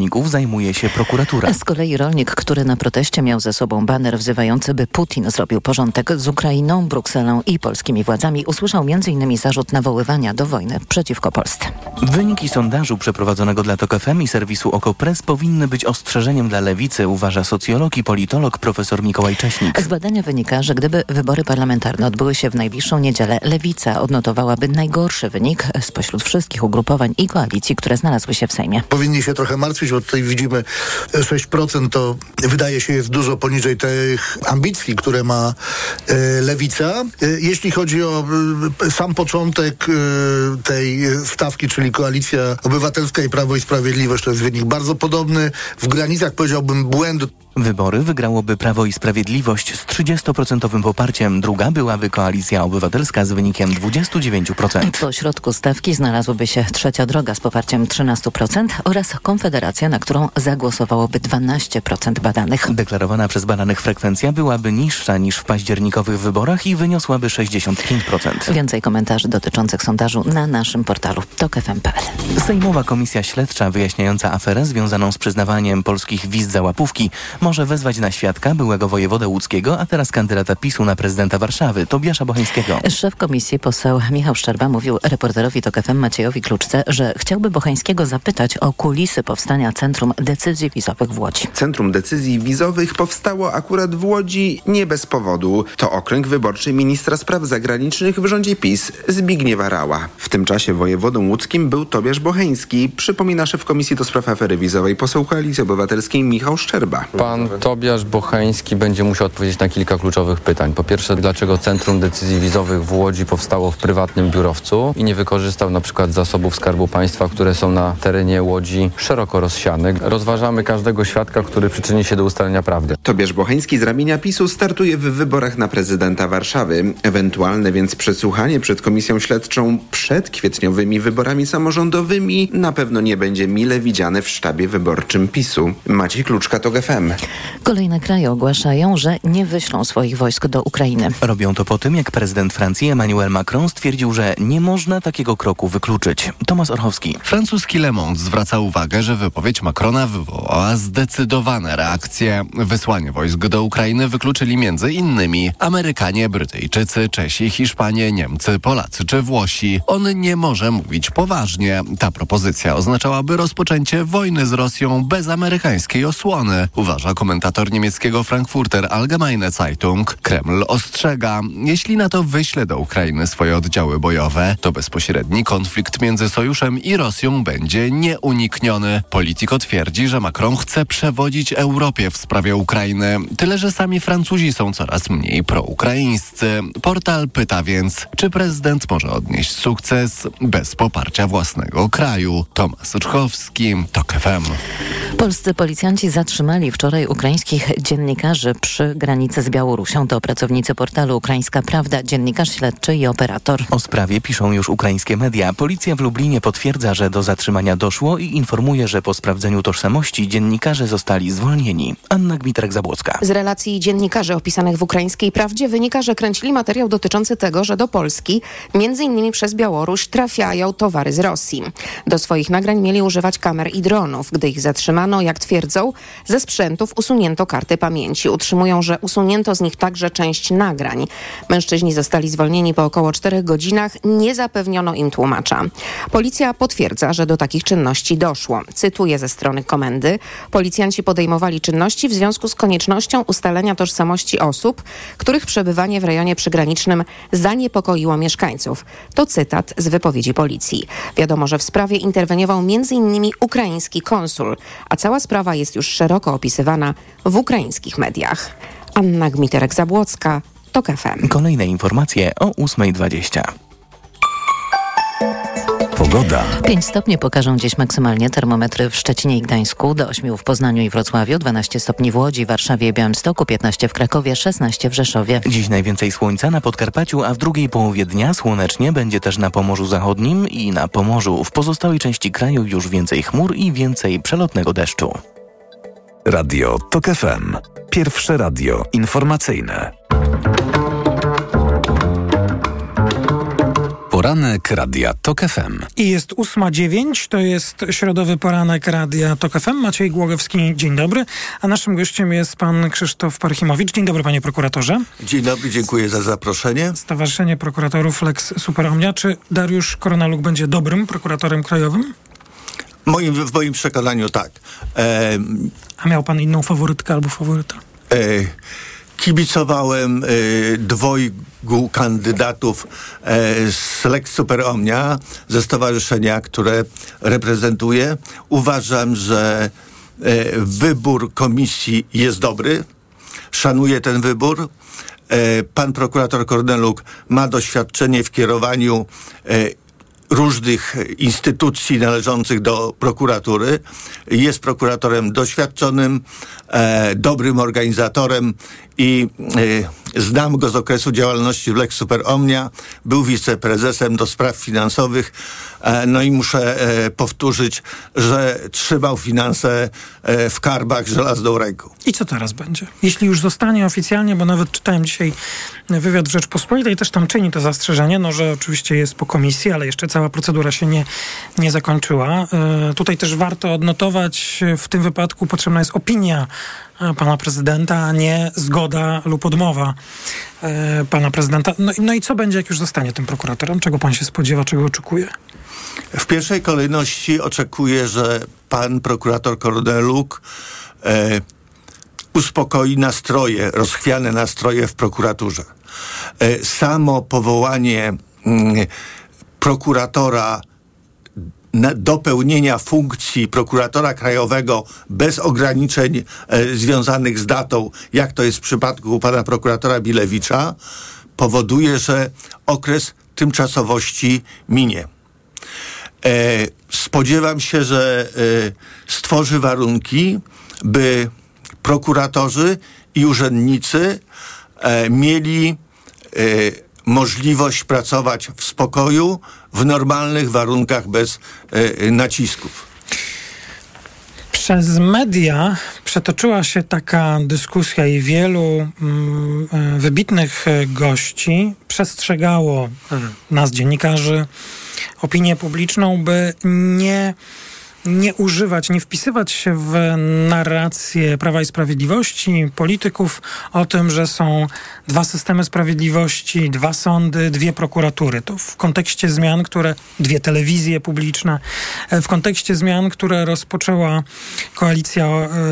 rolników zajmuje się prokuratura. Z kolei rolnik, który na proteście miał ze sobą baner wzywający, by Putin zrobił porządek z Ukrainą, Brukselą i polskimi władzami, usłyszał m.in. zarzut nawoływania do wojny przeciwko Polsce. Wyniki sondażu przeprowadzonego dla TOK FM i serwisu Okopres powinny być ostrzeżeniem dla lewicy, uważa socjolog i politolog profesor Mikołaj Cześnik. Z badania wynika, że gdyby wybory parlamentarne odbyły się w najbliższą niedzielę, lewica odnotowałaby najgorszy wynik spośród wszystkich ugrupowań i koalicji, które znalazły się w Sejmie. Powinni się trochę martwić, bo tutaj widzimy 6%, to wydaje się jest dużo poniżej tych ambicji, które ma lewica. Jeśli chodzi o sam początek tej stawki, czyli Koalicja Obywatelska i Prawo i Sprawiedliwość, to jest wynik bardzo podobny, w granicach, powiedziałbym, błędu. Wybory wygrałoby Prawo i Sprawiedliwość z 30% poparciem. Druga byłaby Koalicja Obywatelska z wynikiem 29%. Po środku stawki znalazłyby się Trzecia Droga z poparciem 13% oraz Konfederacja, na którą zagłosowałoby 12% badanych. Deklarowana przez badanych frekwencja byłaby niższa niż w październikowych wyborach i wyniosłaby 65%. Więcej komentarzy dotyczących sondażu na naszym portalu tokfm.pl. Sejmowa Komisja Śledcza wyjaśniająca aferę związaną z przyznawaniem polskich wiz za łapówki może wezwać na świadka byłego wojewodę łódzkiego, a teraz kandydata PiS-u na prezydenta Warszawy, Tobiasza Bocheńskiego. Szef komisji, poseł Michał Szczerba, mówił reporterowi TOK FM Maciejowi Kluczce, że chciałby Bocheńskiego zapytać o kulisy powstania Centrum Decyzji Wizowych w Łodzi. Centrum Decyzji Wizowych powstało akurat w Łodzi nie bez powodu. To okręg wyborczy ministra spraw zagranicznych w rządzie PiS, Zbigniewa Rała. W tym czasie wojewodą łódzkim był Tobiasz Bocheński, przypomina szef Komisji do Spraw Afery Wizowej, poseł Koalicji Obywatelskiej Michał Szczerba. Pan Tobiasz Bocheński będzie musiał odpowiedzieć na kilka kluczowych pytań. Po pierwsze, dlaczego Centrum Decyzji Wizowych w Łodzi powstało w prywatnym biurowcu i nie wykorzystał na przykład zasobów Skarbu Państwa, które są na terenie Łodzi szeroko rozsiane. Rozważamy każdego świadka, który przyczyni się do ustalenia prawdy. Tobiasz Bocheński z ramienia PiS-u startuje w wyborach na prezydenta Warszawy. Ewentualne więc przesłuchanie przed komisją śledczą przed kwietniowymi wyborami samorządowymi na pewno nie będzie mile widziane w sztabie wyborczym PiS-u. Maciej Kluczka, TOK FM. Kolejne kraje ogłaszają, że nie wyślą swoich wojsk do Ukrainy. Robią to po tym, jak prezydent Francji Emmanuel Macron stwierdził, że nie można takiego kroku wykluczyć. Tomasz Orchowski. Francuski Le Monde zwraca uwagę, że wypowiedź Macrona wywołała zdecydowane reakcje. Wysłanie wojsk do Ukrainy wykluczyli m.in. Amerykanie, Brytyjczycy, Czesi, Hiszpanie, Niemcy, Polacy czy Włosi. On nie może mówić poważnie. Ta propozycja oznaczałaby rozpoczęcie wojny z Rosją bez amerykańskiej osłony, uważa komentator niemieckiego Frankfurter Allgemeine Zeitung. Kreml ostrzega, jeśli NATO wyśle do Ukrainy swoje oddziały bojowe, to bezpośredni konflikt między Sojuszem i Rosją będzie nieunikniony. Politico twierdzi, że Macron chce przewodzić Europie w sprawie Ukrainy. Tyle, że sami Francuzi są coraz mniej proukraińscy. Portal pyta więc, czy prezydent może odnieść sukces bez poparcia własnego kraju. Tomasz Orchowski, TOK FM. Polscy policjanci zatrzymali wczoraj ukraińskich dziennikarzy przy granicy z Białorusią. To pracownicy portalu Ukraińska Prawda, dziennikarz śledczy i operator. O sprawie piszą już ukraińskie media. Policja w Lublinie potwierdza, że do zatrzymania doszło i informuje, że po sprawdzeniu tożsamości dziennikarze zostali zwolnieni. Anna Gmiterek-Zabłocka. Z relacji dziennikarzy opisanych w Ukraińskiej Prawdzie wynika, że kręcili materiał dotyczący tego, że do Polski, m.in. przez Białoruś, trafiają towary z Rosji. Do swoich nagrań mieli używać kamer i dronów. Gdy ich zatrzymano, jak twierdzą, ze sprzętów usunięto karty pamięci. Utrzymują, że usunięto z nich także część nagrań. Mężczyźni zostali zwolnieni po około 4 godzinach. Nie zapewniono im tłumacza. Policja potwierdza, że do takich czynności doszło. Cytuję ze strony komendy. Policjanci podejmowali czynności w związku z koniecznością ustalenia tożsamości osób, których przebywanie w rejonie przygranicznym zaniepokoiło mieszkańców. To cytat z wypowiedzi policji. Wiadomo, że w sprawie interweniował m.in. ukraiński konsul, a cała sprawa jest już szeroko opisywana w ukraińskich mediach. Anna Gmiterek-Zabłocka, TOK FM. Kolejne informacje o 8:20. Pogoda. 5 stopni pokażą dziś maksymalnie termometry w Szczecinie i Gdańsku, do 8 w Poznaniu i Wrocławiu, 12 stopni w Łodzi, Warszawie i Białymstoku, 15 w Krakowie, 16 w Rzeszowie. Dziś najwięcej słońca na Podkarpaciu, a w drugiej połowie dnia słonecznie będzie też na Pomorzu Zachodnim i na Pomorzu. W pozostałej części kraju już więcej chmur i więcej przelotnego deszczu. Radio TOK FM. Pierwsze radio informacyjne. Poranek Radia TOK FM. I jest 8:09, to jest środowy poranek Radia TOK FM. Maciej Głogowski, dzień dobry. A naszym gościem jest pan Krzysztof Parchimowicz. Dzień dobry, panie prokuratorze. Dzień dobry, dziękuję za zaproszenie. Stowarzyszenie Prokuratorów Lex Super Omnia. Czy Dariusz Korneluk będzie dobrym prokuratorem krajowym? W moim przekonaniu tak. A miał pan inną faworytkę albo faworyta? Kibicowałem dwojgu kandydatów z Lex Super Omnia, ze stowarzyszenia, które reprezentuję. Uważam, że wybór komisji jest dobry. Szanuję ten wybór. Pan prokurator Korneluk ma doświadczenie w kierowaniu różnych instytucji należących do prokuratury. Jest prokuratorem doświadczonym, dobrym organizatorem i znam go z okresu działalności w Lex Super Omnia. Był wiceprezesem do spraw finansowych. No i muszę powtórzyć, że trzymał finanse w karbach żelazną ręką. I co teraz będzie? Jeśli już zostanie oficjalnie, bo nawet czytałem dzisiaj wywiad w Rzeczpospolitej, też tam czyni to zastrzeżenie, no że oczywiście jest po komisji, ale jeszcze cała procedura się nie zakończyła. Tutaj też warto odnotować, w tym wypadku potrzebna jest opinia pana prezydenta, a nie zgoda lub odmowa pana prezydenta. No i co będzie, jak już zostanie tym prokuratorem? Czego pan się spodziewa, czego oczekuje? W pierwszej kolejności oczekuję, że pan prokurator Korneluk uspokoi nastroje, rozchwiane nastroje w prokuraturze. Samo powołanie prokuratora do pełnienia funkcji prokuratora krajowego bez ograniczeń związanych z datą, jak to jest w przypadku pana prokuratora Bilewicza, powoduje, że okres tymczasowości minie. Spodziewam się, że stworzy warunki, by prokuratorzy i urzędnicy mieli możliwość pracować w spokoju, w normalnych warunkach, bez nacisków. Przez media przetoczyła się taka dyskusja i wielu wybitnych gości przestrzegało nas, dziennikarzy, opinię publiczną, by nie używać, nie wpisywać się w narrację Prawa i Sprawiedliwości, polityków o tym, że są dwa systemy sprawiedliwości, dwa sądy, dwie prokuratury. To w kontekście zmian, dwie telewizje publiczne, w kontekście zmian, które rozpoczęła koalicja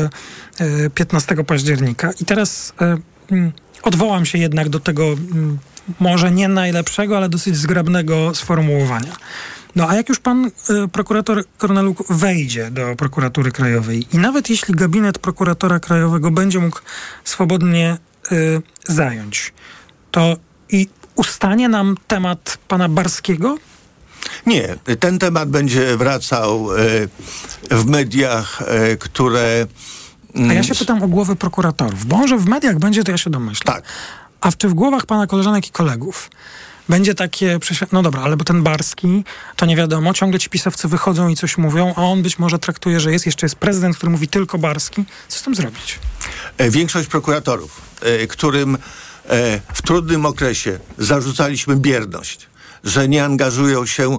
15 października. I teraz odwołam się jednak do tego może nie najlepszego, ale dosyć zgrabnego sformułowania. No a jak już pan prokurator Korneluk wejdzie do prokuratury krajowej i nawet jeśli gabinet prokuratora krajowego będzie mógł swobodnie zająć, to i ustanie nam temat pana Barskiego? Nie, ten temat będzie wracał w mediach, które... A ja się pytam o głowy prokuratorów, bo on, że w mediach będzie, to ja się domyślam. Tak. A czy w głowach pana koleżanek i kolegów będzie takie no dobra, ale bo ten Barski, to nie wiadomo, ciągle ci pisowcy wychodzą i coś mówią, a on być może traktuje, że jeszcze jest prezydent, który mówi tylko Barski. Co z tym zrobić? Większość prokuratorów, którym w trudnym okresie zarzucaliśmy bierność, że nie angażują się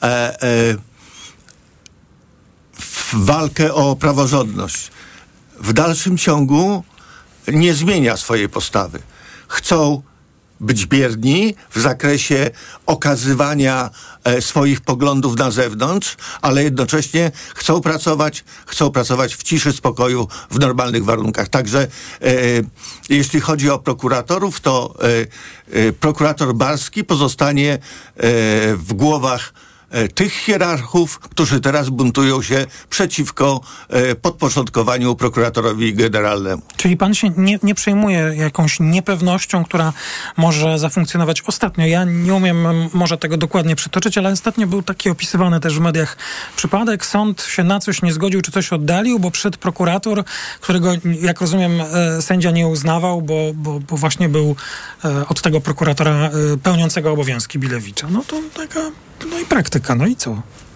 w walkę o praworządność, w dalszym ciągu nie zmienia swojej postawy. Chcą być bierni w zakresie okazywania swoich poglądów na zewnątrz, ale jednocześnie chcą pracować w ciszy, spokoju, w normalnych warunkach. Także jeśli chodzi o prokuratorów, to prokurator Barski pozostanie w głowach tych hierarchów, którzy teraz buntują się przeciwko podporządkowaniu prokuratorowi generalnemu. Czyli pan się nie przejmuje jakąś niepewnością, która może zafunkcjonować ostatnio. Ja nie umiem może tego dokładnie przytoczyć, ale ostatnio był taki opisywany też w mediach przypadek. Sąd się na coś nie zgodził, czy coś oddalił, bo przyszedł prokurator, którego, jak rozumiem, sędzia nie uznawał, bo właśnie był od tego prokuratora pełniącego obowiązki Bilewicza. No to taka, no i praktyka, no i co?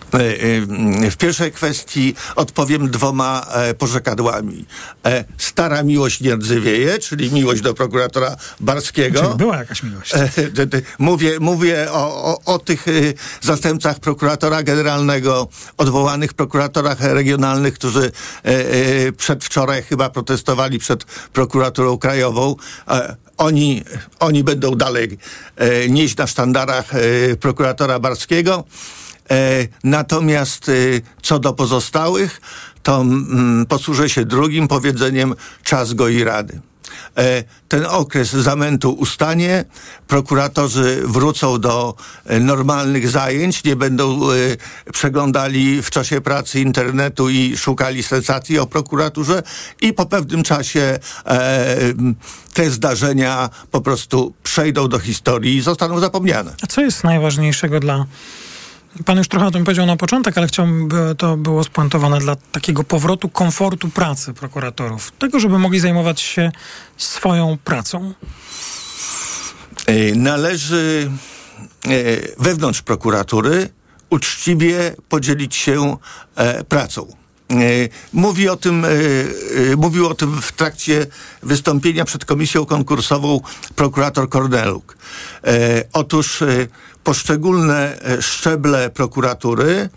W pierwszej kwestii odpowiem 2 porzekadłami. Stara miłość nie rdzewieje, czyli miłość do prokuratora Barskiego. Czyli była jakaś miłość. Mówię o tych zastępcach prokuratora generalnego, odwołanych prokuratorach regionalnych, którzy przedwczoraj chyba protestowali przed prokuraturą krajową. Oni będą dalej nieść na sztandarach prokuratora Barskiego. Natomiast co do pozostałych, to posłużę się drugim powiedzeniem: czas goi rany. Ten okres zamętu ustanie, prokuratorzy wrócą do normalnych zajęć, nie będą przeglądali w czasie pracy internetu i szukali sensacji o prokuraturze i po pewnym czasie te zdarzenia po prostu przejdą do historii i zostaną zapomniane. A co jest najważniejszego Pan już trochę o tym powiedział na początek, ale chciałbym, by to było spuentowane dla takiego powrotu komfortu pracy prokuratorów. Tego, żeby mogli zajmować się swoją pracą. Należy wewnątrz prokuratury uczciwie podzielić się pracą. Mówił o tym w trakcie wystąpienia przed komisją konkursową prokurator Korneluk. Otóż poszczególne szczeble prokuratury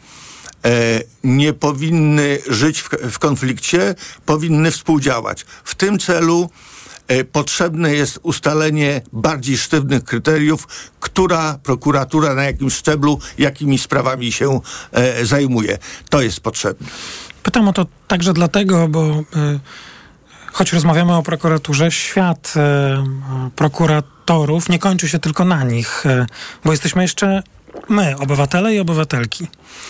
nie powinny żyć w konflikcie, powinny współdziałać. W tym celu potrzebne jest ustalenie bardziej sztywnych kryteriów, która prokuratura na jakim szczeblu, jakimi sprawami się zajmuje. To jest potrzebne. Pytam o to także dlatego, bo choć rozmawiamy o prokuraturze, świat prokuratorów nie kończy się tylko na nich, bo jesteśmy jeszcze my, obywatele i obywatelki,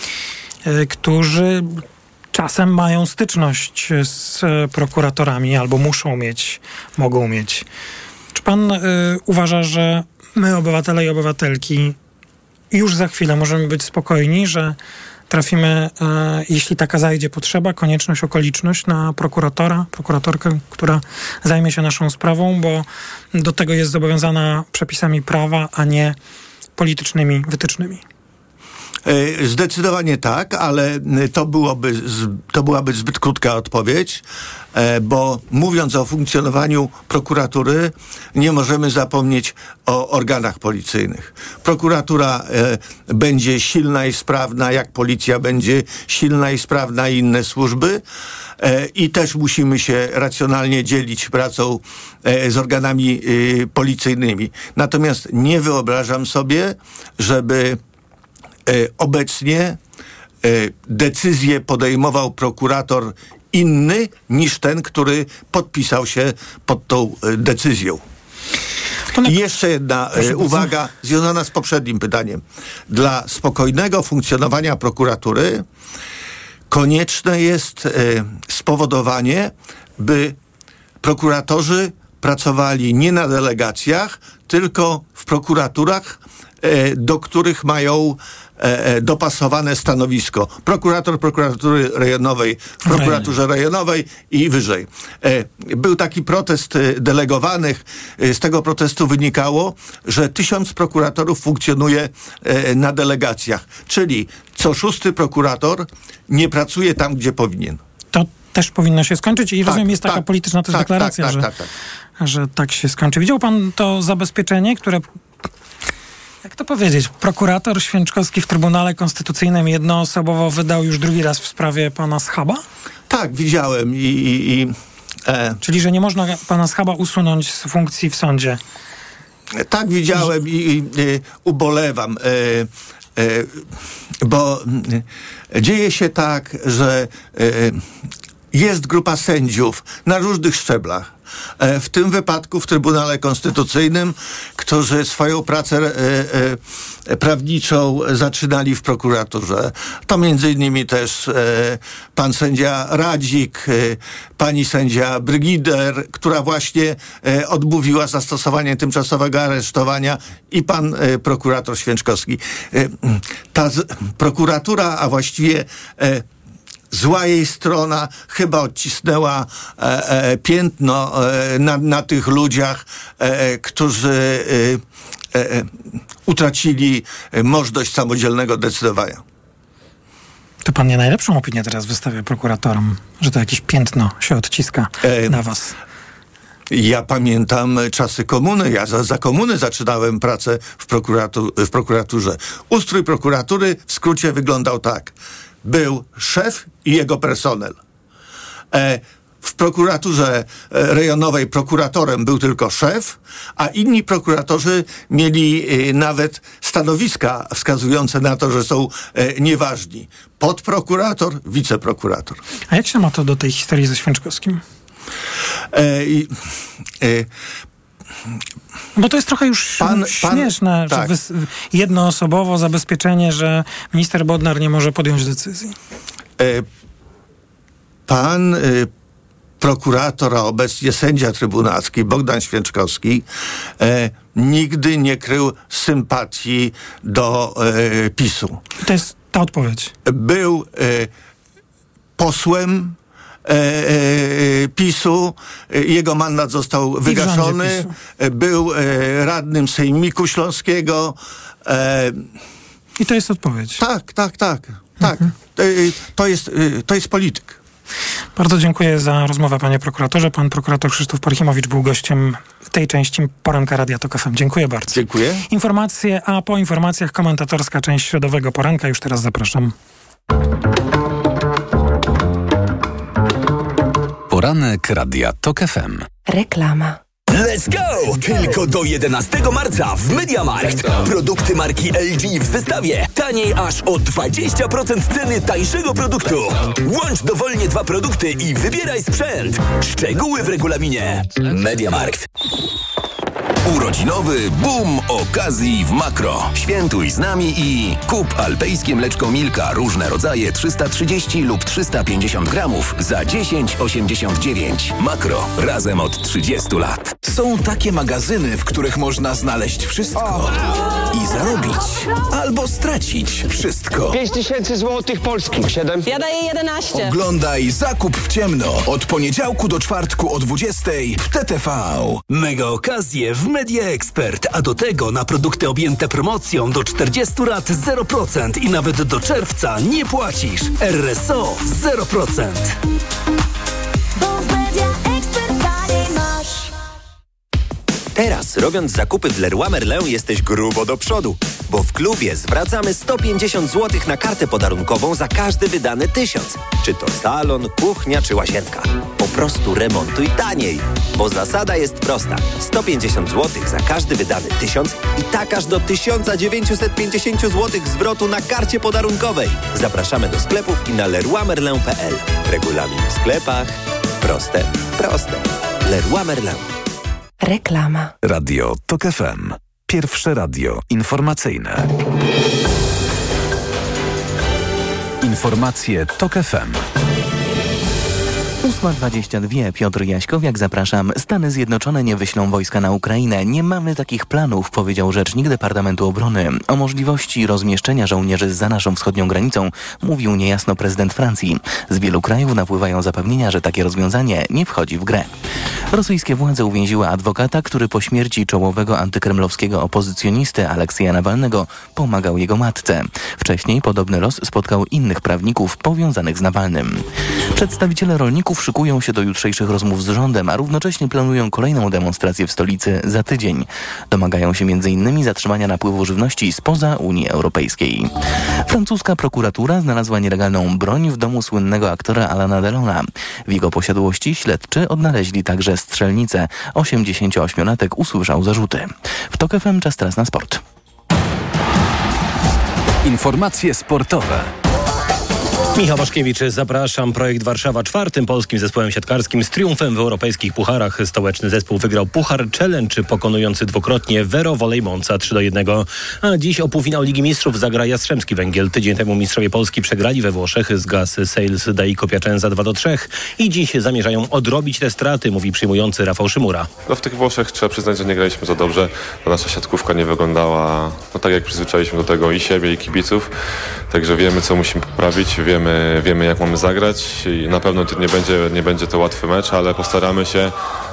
którzy czasem mają styczność z prokuratorami albo mogą mieć. Czy pan uważa, że my, obywatele i obywatelki, już za chwilę możemy być spokojni, że trafimy, jeśli taka zajdzie potrzeba, konieczność, okoliczność, na prokuratorkę, która zajmie się naszą sprawą, bo do tego jest zobowiązana przepisami prawa, a nie politycznymi wytycznymi? Zdecydowanie tak, ale to byłaby zbyt krótka odpowiedź, bo mówiąc o funkcjonowaniu prokuratury, nie możemy zapomnieć o organach policyjnych. Prokuratura będzie silna i sprawna, jak policja będzie silna i sprawna i inne służby. I też musimy się racjonalnie dzielić pracą z organami policyjnymi. Natomiast nie wyobrażam sobie, żeby obecnie decyzję podejmował prokurator inny niż ten, który podpisał się pod tą decyzją. I jeszcze jedna uwaga związana z poprzednim pytaniem. Dla spokojnego funkcjonowania prokuratury konieczne jest spowodowanie, by prokuratorzy pracowali nie na delegacjach, tylko w prokuraturach, do których mają dopasowane stanowisko. Prokurator prokuratury rejonowej w prokuraturze rejonowej i wyżej. Był taki protest delegowanych. Z tego protestu wynikało, że 1000 prokuratorów funkcjonuje na delegacjach. Czyli co 6. prokurator nie pracuje tam, gdzie powinien. To też powinno się skończyć i rozumiem, jest taka polityczna też deklaracja, że tak się skończy. Widział pan to zabezpieczenie, które, jak to powiedzieć, prokurator Święczkowski w Trybunale Konstytucyjnym jednoosobowo wydał już drugi raz w sprawie pana Schaba? Tak, widziałem Czyli, że nie można pana Schaba usunąć z funkcji w sądzie? Tak, widziałem i ubolewam, bo dzieje się tak, że jest grupa sędziów na różnych szczeblach. W tym wypadku w Trybunale Konstytucyjnym, którzy swoją pracę prawniczą zaczynali w prokuraturze. To między innymi też pan sędzia Radzik, pani sędzia Brygider, która właśnie odmówiła zastosowania tymczasowego aresztowania, i pan prokurator Święczkowski. Ta prokuratura, a właściwie zła jej strona chyba odcisnęła piętno na tych ludziach, którzy utracili możliwość samodzielnego decydowania. To pan nie najlepszą opinię teraz wystawia prokuratorom, że to jakieś piętno się odciska na was. Ja pamiętam czasy komuny. Ja za komuny zaczynałem pracę w prokuraturze. Ustrój prokuratury w skrócie wyglądał tak. Był szef i jego personel. W prokuraturze rejonowej prokuratorem był tylko szef, a inni prokuratorzy mieli nawet stanowiska wskazujące na to, że są nieważni. Podprokurator, wiceprokurator. A jak się ma to do tej historii ze Święczkowskim? Bo to jest trochę już śmieszne, tak. Że jednoosobowo zabezpieczenie, że minister Bodnar nie może podjąć decyzji. Pan prokurator, a obecnie sędzia trybunalski Bogdan Święczkowski nigdy nie krył sympatii do PiS-u. I to jest ta odpowiedź. Był posłem PiS-u, jego mandat został wygaszony, był radnym Sejmiku Śląskiego. I to jest odpowiedź. Tak. To jest polityk. Bardzo dziękuję za rozmowę, panie prokuratorze. Pan prokurator Krzysztof Parchimowicz był gościem w tej części Poranka Radia TOK FM. Dziękuję bardzo. Dziękuję. Informacje, a po informacjach komentatorska część środowego poranka. Już teraz zapraszam. Poranek Radia TOK FM. Reklama. Let's go! Tylko do 11 marca w MediaMarkt. Produkty marki LG w zestawie. Taniej aż o 20% ceny tańszego produktu. Łącz dowolnie 2 produkty i wybieraj sprzęt. Szczegóły w regulaminie. MediaMarkt. Urodzinowy boom okazji w Makro. Świętuj z nami i kup alpejskie mleczko Milka, różne rodzaje 330 lub 350 gramów za 10,89. Makro. Razem od 30 lat. Są takie magazyny, w których można znaleźć wszystko i zarobić albo stracić wszystko. 5000 złotych polskich. 7. Ja daję 11. Oglądaj Zakup w ciemno od poniedziałku do czwartku o 20:00 w TTV. Mega okazje w Media Expert, a do tego na produkty objęte promocją do 40 lat 0% i nawet do czerwca nie płacisz. RSO 0%. Teraz, robiąc zakupy w Leroy Merlin, jesteś grubo do przodu, bo w klubie zwracamy 150 zł na kartę podarunkową za każdy wydany 1000. Czy to salon, kuchnia czy łazienka. Po prostu remontuj taniej, bo zasada jest prosta. 150 zł za każdy wydany 1000 i tak aż do 1950 zł zwrotu na karcie podarunkowej. Zapraszamy do sklepów i na leroymerlin.pl. Regulamin w sklepach. Proste. Leroy Merlin. Reklama. Radio TOK FM. Pierwsze radio informacyjne. Informacje TOK FM. 8:22. Piotr Jaśkowiak, zapraszam. Stany Zjednoczone nie wyślą wojska na Ukrainę. Nie mamy takich planów, powiedział rzecznik Departamentu Obrony. O możliwości rozmieszczenia żołnierzy za naszą wschodnią granicą mówił niejasno prezydent Francji. Z wielu krajów napływają zapewnienia, że takie rozwiązanie nie wchodzi w grę. Rosyjskie władze uwięziły adwokata, który po śmierci czołowego antykremlowskiego opozycjonisty Aleksieja Nawalnego pomagał jego matce. Wcześniej podobny los spotkał innych prawników powiązanych z Nawalnym. Przedstawiciele rolników szykują się do jutrzejszych rozmów z rządem, a równocześnie planują kolejną demonstrację w stolicy za tydzień. Domagają się m.in. zatrzymania napływu żywności spoza Unii Europejskiej. Francuska prokuratura znalazła nielegalną broń w domu słynnego aktora Alana Delona. W jego posiadłości śledczy odnaleźli także strzelnicę. 88-latek usłyszał zarzuty. W TOK FM czas teraz na sport. Informacje sportowe. Michał Waszkiewicz, zapraszam. Projekt Warszawa czwartym polskim zespołem siatkarskim z triumfem w europejskich pucharach. Stołeczny zespół wygrał Puchar Challenge, pokonujący dwukrotnie Vero Volley Monza 3-1. A dziś o półfinał Ligi Mistrzów zagra Jastrzębski Węgiel. Tydzień temu mistrzowie Polski przegrali we Włoszech z Gas Sales Daiko Piacenza 2-3 i dziś zamierzają odrobić te straty, mówi przyjmujący Rafał Szymura. W tych Włoszech trzeba przyznać, że nie graliśmy za dobrze. Nasza siatkówka nie wyglądała tak, jak przyzwyczailiśmy do tego i siebie, i kibiców. Także wiemy, co musimy poprawić, wiemy jak mamy zagrać i na pewno to nie będzie to łatwy mecz, ale postaramy się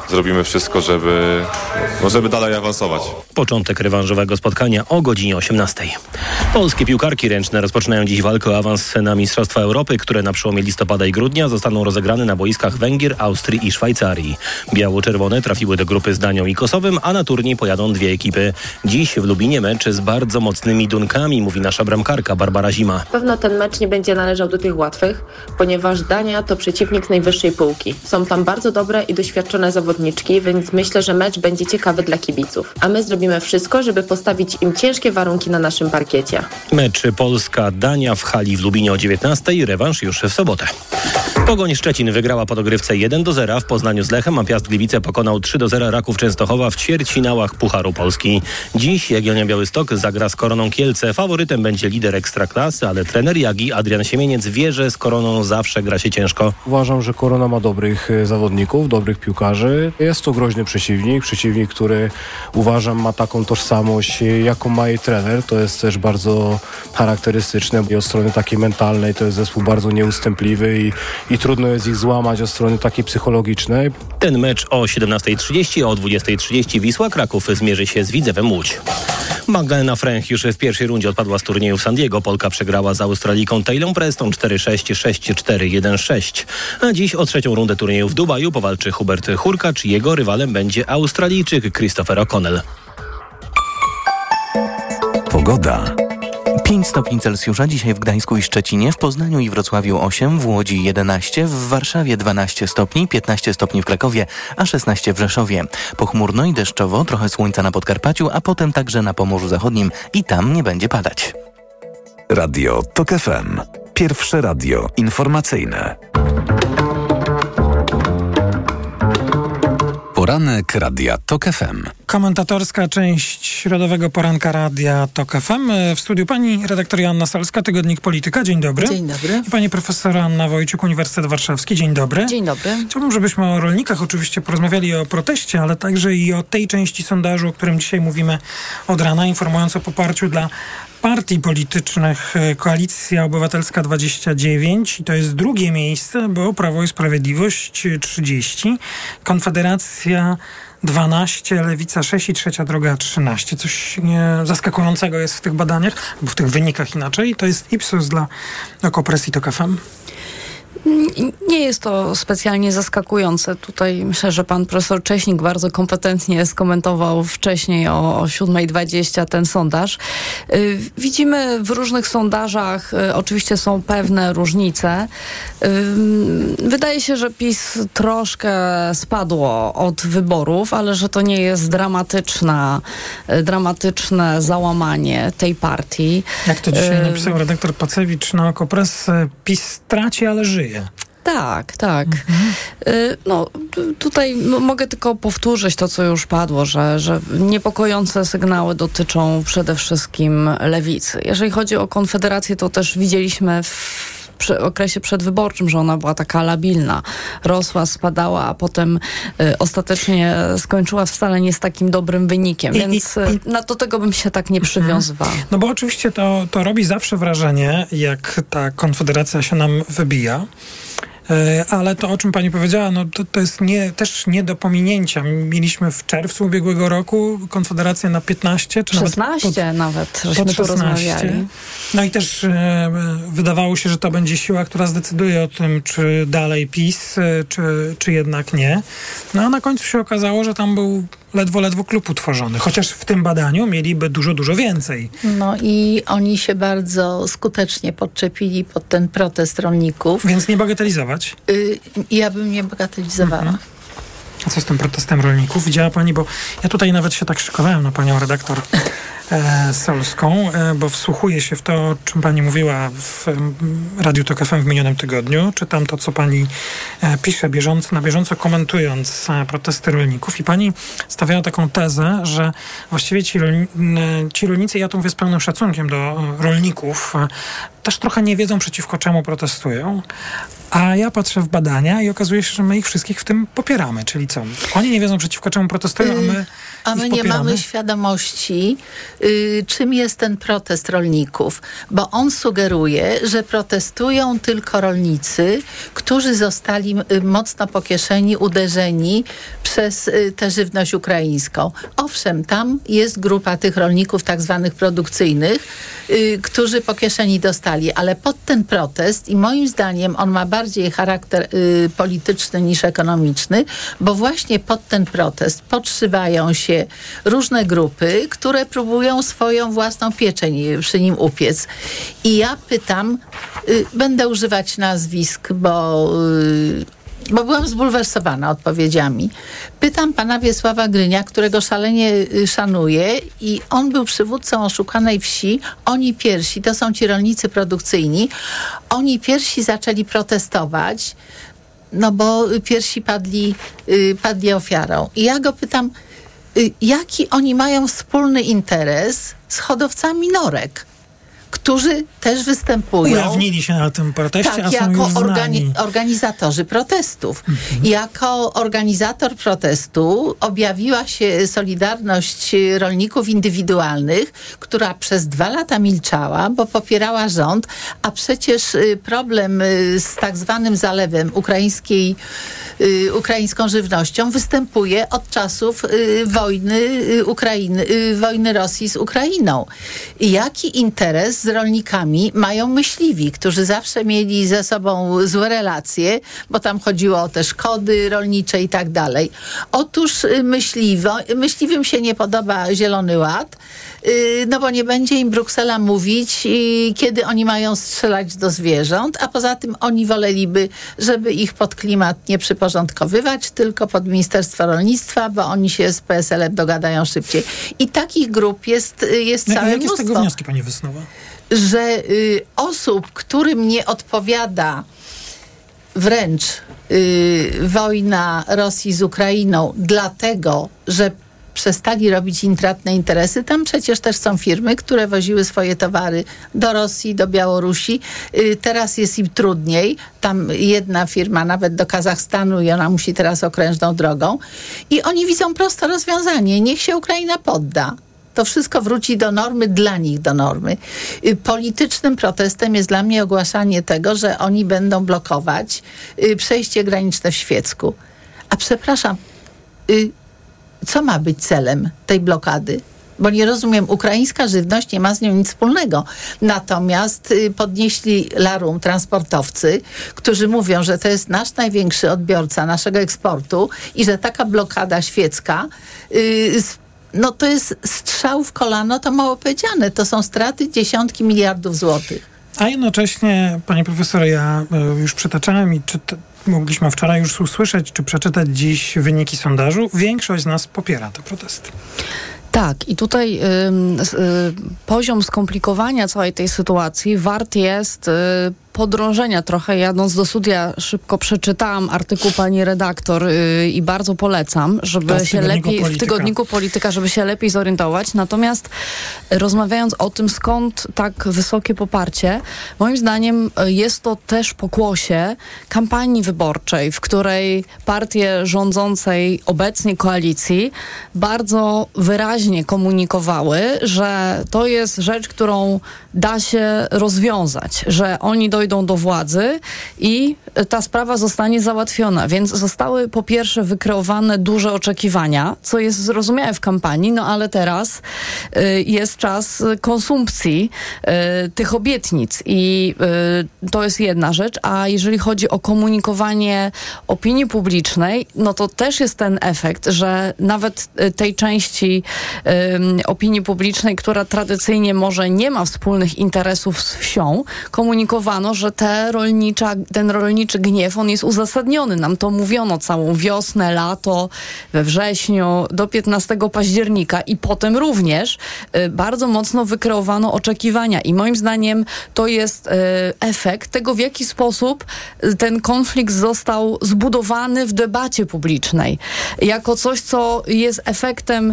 zrobimy wszystko, żeby dalej awansować. Początek rewanżowego spotkania o godzinie 18. Polskie piłkarki ręczne rozpoczynają dziś walkę o awans na Mistrzostwa Europy, które na przełomie listopada i grudnia zostaną rozegrane na boiskach Węgier, Austrii i Szwajcarii. Biało-czerwone trafiły do grupy z Danią i Kosowem, a na turniej pojadą 2 ekipy. Dziś w Lubinie mecz z bardzo mocnymi Dunkami, mówi nasza bramkarka Barbara Zima. Na pewno ten mecz nie będzie należał do tych łatwych, ponieważ Dania to przeciwnik z najwyższej półki. Są tam bardzo dobre i doświadczone zawodniczki, więc myślę, że mecz będzie ciekawy dla kibiców. A my zrobimy wszystko, żeby postawić im ciężkie warunki na naszym parkiecie. Mecz Polska-Dania w hali w Lubinie o 19:00, rewanż już w sobotę. Pogoń Szczecin wygrała po dogrywce 1-0 w Poznaniu z Lechem, a Piast Gliwice pokonał 3-0 Raków Częstochowa w ćwierćfinałach Pucharu Polski. Dziś Jagiellonia Białystok zagra z Koroną Kielce. Faworytem będzie lider Ekstraklasy, ale trener Jagi Adrian Siemieniec wie, że z Koroną zawsze gra się ciężko. Uważam, że Korona ma dobrych zawodników, dobrych piłkarzy. Jest to groźny przeciwnik, który uważam ma taką tożsamość, jaką ma jej trener. To jest też bardzo charakterystyczne i od strony takiej mentalnej to jest zespół bardzo nieustępliwy i trudno jest ich złamać od strony takiej psychologicznej. Ten mecz o 17:30, a o 20:30 Wisła Kraków zmierzy się z Widzewem Łódź. Magdalena Fręch już w pierwszej rundzie odpadła z turnieju w San Diego. Polka przegrała z Australijką Taylą Preston 4-6, 6-4, 1-6. A dziś o trzecią rundę turnieju w Dubaju powalczy Hubert Hurkacz. Jego rywalem będzie Australijczyk Christopher O'Connell. Pogoda. 5 stopni Celsjusza dzisiaj w Gdańsku i Szczecinie, w Poznaniu i Wrocławiu 8, w Łodzi 11, w Warszawie 12 stopni, 15 stopni w Krakowie, a 16 w Rzeszowie. Pochmurno i deszczowo, trochę słońca na Podkarpaciu, a potem także na Pomorzu Zachodnim i tam nie będzie padać. Radio TOK FM. Pierwsze radio informacyjne. Poranek Radia TOK FM. Komentatorska część środowego poranka Radia TOK FM. W studiu pani redaktor Joanna Salska, Tygodnik Polityka. Dzień dobry. Dzień dobry. I pani profesor Anna Wojciuk, Uniwersytet Warszawski. Dzień dobry. Dzień dobry. Chciałbym, żebyśmy o rolnikach oczywiście porozmawiali, o proteście, ale także i o tej części sondażu, o którym dzisiaj mówimy od rana, informując o poparciu dla partii politycznych. Koalicja Obywatelska 29 i to jest drugie miejsce, bo Prawo i Sprawiedliwość 30, Konfederacja 12, Lewica 6 i Trzecia Droga 13. Coś zaskakującego jest w tych badaniach, albo w tych wynikach inaczej. To jest Ipsos dla Okopres i TOK FM. Nie jest to specjalnie zaskakujące. Tutaj myślę, że pan profesor Cześnik bardzo kompetentnie skomentował wcześniej o 7:20 ten sondaż. Widzimy w różnych sondażach, oczywiście są pewne różnice. Wydaje się, że PiS troszkę spadło od wyborów, ale że to nie jest dramatyczne załamanie tej partii. Jak to dzisiaj napisał redaktor Pacewicz na Okopres, PiS traci, ale żyje. Tak. Tutaj mogę tylko powtórzyć to, co już padło, że niepokojące sygnały dotyczą przede wszystkim lewicy. Jeżeli chodzi o Konfederację, to też widzieliśmy w okresie przedwyborczym, że ona była taka labilna. Rosła, spadała, a potem ostatecznie skończyła wcale nie z takim dobrym wynikiem. Więc do tego bym się tak nie przywiązywała. No bo oczywiście to robi zawsze wrażenie, jak ta Konfederacja się nam wybija. Ale to, o czym pani powiedziała, to jest też nie do pominięcia. Mieliśmy w czerwcu ubiegłego roku Konfederację na 15, czy 16 nawet żeśmy tu rozmawiali. No i też wydawało się, że to będzie siła, która zdecyduje o tym, czy dalej PiS, czy jednak nie. No a na końcu się okazało, że tam był ledwo klub utworzony. Chociaż w tym badaniu mieliby dużo więcej. No i oni się bardzo skutecznie podczepili pod ten protest rolników. Więc nie bagatelizować? Ja bym nie bagatelizowała. A co z tym protestem rolników? Widziała pani, bo ja tutaj nawet się tak szykowałem na panią redaktor Solską, bo wsłuchuję się w to, o czym pani mówiła w Radiu TOK FM w minionym tygodniu. Czytam to, co pani pisze na bieżąco komentując protesty rolników i pani stawiała taką tezę, że właściwie ci rolnicy, ja to mówię z pełnym szacunkiem do rolników, też trochę nie wiedzą, przeciwko czemu protestują. A ja patrzę w badania i okazuje się, że my ich wszystkich w tym popieramy. Czyli co? Oni nie wiedzą, przeciwko czemu protestują, a my A my nie mamy świadomości, czym jest ten protest rolników, bo on sugeruje, że protestują tylko rolnicy, którzy zostali mocno po kieszeni uderzeni przez tę żywność ukraińską. Owszem, tam jest grupa tych rolników tak zwanych produkcyjnych, którzy po kieszeni dostali, ale pod ten protest, i moim zdaniem on ma bardziej charakter polityczny niż ekonomiczny, bo właśnie pod ten protest podszywają się różne grupy, które próbują swoją własną pieczeń przy nim upiec. I ja pytam, będę używać nazwisk, bo byłam zbulwersowana odpowiedziami. Pytam pana Wiesława Grynia, którego szalenie szanuję, i on był przywódcą oszukanej wsi. Oni pierwsi, to są ci rolnicy produkcyjni, oni pierwsi zaczęli protestować, no bo pierwsi padli ofiarą. I ja go pytam, jaki oni mają wspólny interes z hodowcami norek, którzy też występują. Ujawnili się na tym proteście, tak, a są jako już znani. organizatorzy protestów. Jako organizator protestu objawiła się Solidarność Rolników Indywidualnych, która przez 2 lata milczała, bo popierała rząd, a przecież problem z tak zwanym zalewem ukraińską żywnością występuje od czasów wojny Rosji z Ukrainą. Jaki interes z rolnikami mają myśliwi, którzy zawsze mieli ze sobą złe relacje, bo tam chodziło o te szkody rolnicze i tak dalej. Otóż myśliwym się nie podoba Zielony Ład, no bo nie będzie im Bruksela mówić, kiedy oni mają strzelać do zwierząt, a poza tym oni woleliby, żeby ich pod klimat nie przyporządkowywać, tylko pod Ministerstwo Rolnictwa, bo oni się z PSL-em dogadają szybciej. I takich grup jest całe mnóstwo. Jakie z tego wnioski pani wysnuwa? Że osób, którym nie odpowiada wręcz wojna Rosji z Ukrainą, dlatego, że przestali robić intratne interesy. Tam przecież też są firmy, które woziły swoje towary do Rosji, do Białorusi. Teraz jest im trudniej. Tam jedna firma nawet do Kazachstanu i ona musi teraz okrężną drogą. I oni widzą proste rozwiązanie. Niech się Ukraina podda. To wszystko wróci do normy, dla nich do normy. Politycznym protestem jest dla mnie ogłaszanie tego, że oni będą blokować przejście graniczne w Świecku. A przepraszam, co ma być celem tej blokady? Bo nie rozumiem, ukraińska żywność nie ma z nią nic wspólnego. Natomiast podnieśli larum transportowcy, którzy mówią, że to jest nasz największy odbiorca naszego eksportu i że taka blokada świecka no to jest strzał w kolano, to mało powiedziane. To są straty dziesiątki miliardów złotych. A jednocześnie, panie profesor, ja już przytaczałem i mogliśmy wczoraj już usłyszeć, czy przeczytać dziś wyniki sondażu. Większość z nas popiera te protesty. Tak, i tutaj poziom skomplikowania całej tej sytuacji wart jest podrążenia trochę. Jadąc do studia szybko przeczytałam artykuł pani redaktor i bardzo polecam, żeby się lepiej w Tygodniku Polityka, żeby się lepiej zorientować. Natomiast rozmawiając o tym, skąd tak wysokie poparcie, moim zdaniem jest to też pokłosie kampanii wyborczej, w której partie rządzącej obecnie koalicji bardzo wyraźnie komunikowały, że to jest rzecz, którą da się rozwiązać, że oni dojdą do władzy i ta sprawa zostanie załatwiona. Więc zostały po pierwsze wykreowane duże oczekiwania, co jest zrozumiałe w kampanii, no ale teraz jest czas konsumpcji tych obietnic i to jest jedna rzecz, a jeżeli chodzi o komunikowanie opinii publicznej, no to też jest ten efekt, że nawet tej części opinii publicznej, która tradycyjnie może nie ma wspólnych interesów z wsią, komunikowano, że ten rolniczy gniew, on jest uzasadniony. Nam to mówiono całą wiosnę, lato, we wrześniu, do 15 października i potem również bardzo mocno wykreowano oczekiwania i moim zdaniem to jest efekt tego, w jaki sposób ten konflikt został zbudowany w debacie publicznej. Jako coś, co jest efektem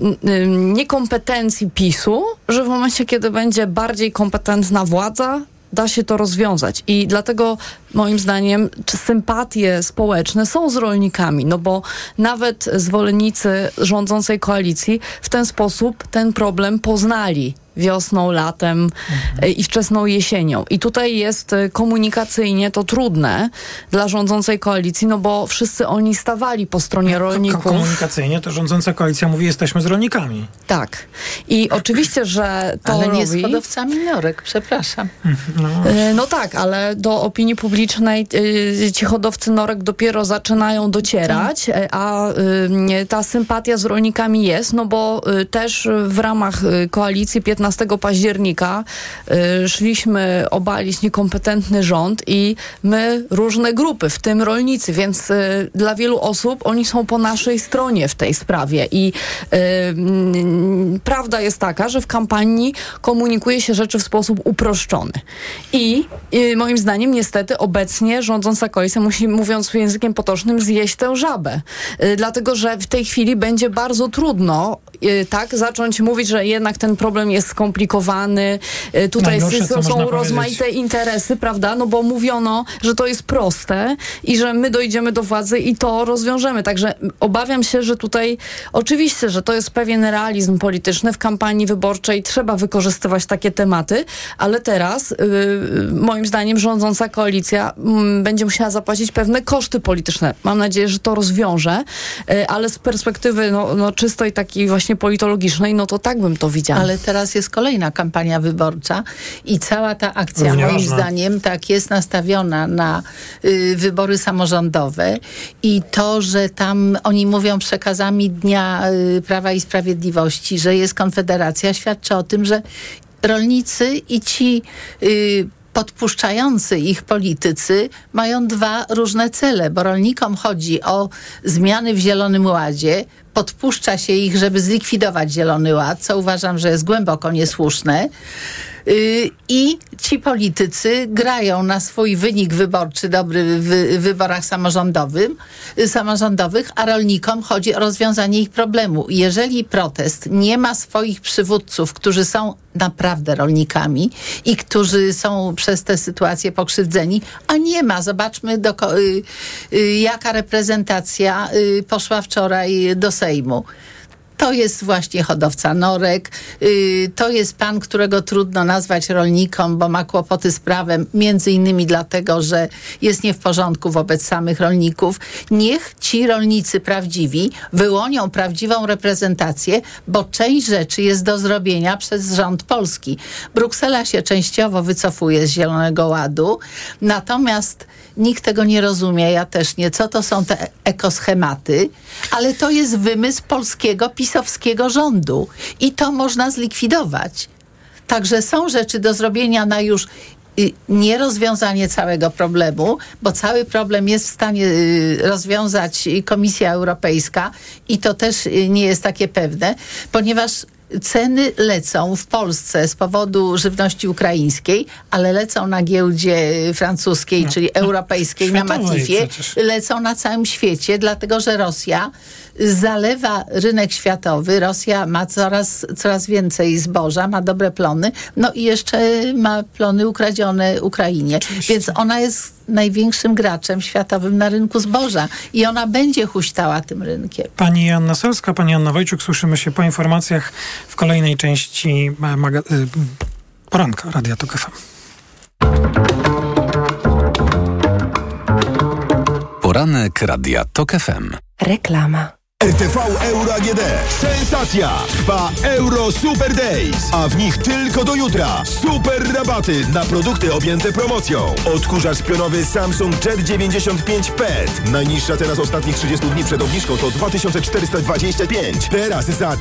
niekompetencji PiS-u, że w momencie, kiedy będzie bardziej kompetentna władza, da się to rozwiązać. I dlatego moim zdaniem sympatie społeczne są z rolnikami, no bo nawet zwolennicy rządzącej koalicji w ten sposób ten problem poznali wiosną, latem i wczesną jesienią. I tutaj jest komunikacyjnie to trudne dla rządzącej koalicji, no bo wszyscy oni stawali po stronie rolników. Komunikacyjnie to rządząca koalicja mówi, jesteśmy z rolnikami. Tak. I oczywiście, że to ale robi... nie z hodowcami norek, przepraszam. No tak, ale do opinii publicznej ci hodowcy norek dopiero zaczynają docierać, a ta sympatia z rolnikami jest, no bo też w ramach koalicji 15 października szliśmy obalić niekompetentny rząd i my różne grupy, w tym rolnicy, więc dla wielu osób oni są po naszej stronie w tej sprawie i prawda jest taka, że w kampanii komunikuje się rzeczy w sposób uproszczony. I moim zdaniem niestety obecnie rządząca koalicja musi, mówiąc językiem potocznym, zjeść tę żabę. Dlatego, że w tej chwili będzie bardzo trudno zacząć mówić, że jednak ten problem jest skomplikowany, tutaj są rozmaite interesy, prawda, no bo mówiono, że to jest proste i że my dojdziemy do władzy i to rozwiążemy. Także obawiam się, że tutaj oczywiście, że to jest pewien realizm polityczny w kampanii wyborczej, trzeba wykorzystywać takie tematy, ale teraz moim zdaniem rządząca koalicja będzie musiała zapłacić pewne koszty polityczne. Mam nadzieję, że to rozwiąże, ale z perspektywy czystej takiej właśnie politologicznej, no to tak bym to widziała. Ale teraz jest kolejna kampania wyborcza i cała ta akcja moim zdaniem tak jest nastawiona na wybory samorządowe i to, że tam oni mówią przekazami Dnia Prawa i Sprawiedliwości, że jest Konfederacja, świadczy o tym, że rolnicy i ci podpuszczający ich politycy mają dwa różne cele, bo rolnikom chodzi o zmiany w Zielonym Ładzie, podpuszcza się ich, żeby zlikwidować Zielony Ład, co uważam, że jest głęboko niesłuszne. I ci politycy grają na swój wynik wyborczy dobry w wyborach samorządowych, a rolnikom chodzi o rozwiązanie ich problemu. Jeżeli protest nie ma swoich przywódców, którzy są naprawdę rolnikami i którzy są przez tę sytuację pokrzywdzeni, a nie ma. Zobaczmy, jaka reprezentacja poszła wczoraj do Sejmu. To jest właśnie hodowca norek, to jest pan, którego trudno nazwać rolnikom, bo ma kłopoty z prawem, między innymi dlatego, że jest nie w porządku wobec samych rolników. Niech ci rolnicy prawdziwi wyłonią prawdziwą reprezentację, bo część rzeczy jest do zrobienia przez rząd polski. Bruksela się częściowo wycofuje z Zielonego Ładu, natomiast nikt tego nie rozumie, ja też nie, co to są te ekoschematy, ale to jest wymysł polskiego, pisowskiego rządu i to można zlikwidować. Także są rzeczy do zrobienia na już nie rozwiązanie całego problemu, bo cały problem jest w stanie rozwiązać Komisja Europejska i to też nie jest takie pewne, ponieważ ceny lecą w Polsce z powodu żywności ukraińskiej, ale lecą na giełdzie francuskiej, czyli europejskiej, na Matifie, lecą na całym świecie, dlatego że Rosja zalewa rynek światowy. Rosja ma coraz więcej zboża, ma dobre plony, no i jeszcze ma plony ukradzione Ukrainie. Oczywiście. Więc ona jest największym graczem światowym na rynku zboża i ona będzie huśtała tym rynkiem. Pani Joanna Selska, pani Anna Wojciuk, słyszymy się po informacjach w kolejnej części poranka Radia Tok FM. Poranek Radia Tok FM. Reklama. RTV Euro AGD. Sensacja! Trwa Euro Super Days, a w nich tylko do jutra super rabaty na produkty objęte promocją. Odkurzacz pionowy Samsung Jet 95 PET. Najniższa cena z ostatnich 30 dni przed obniżką to 2425. Teraz za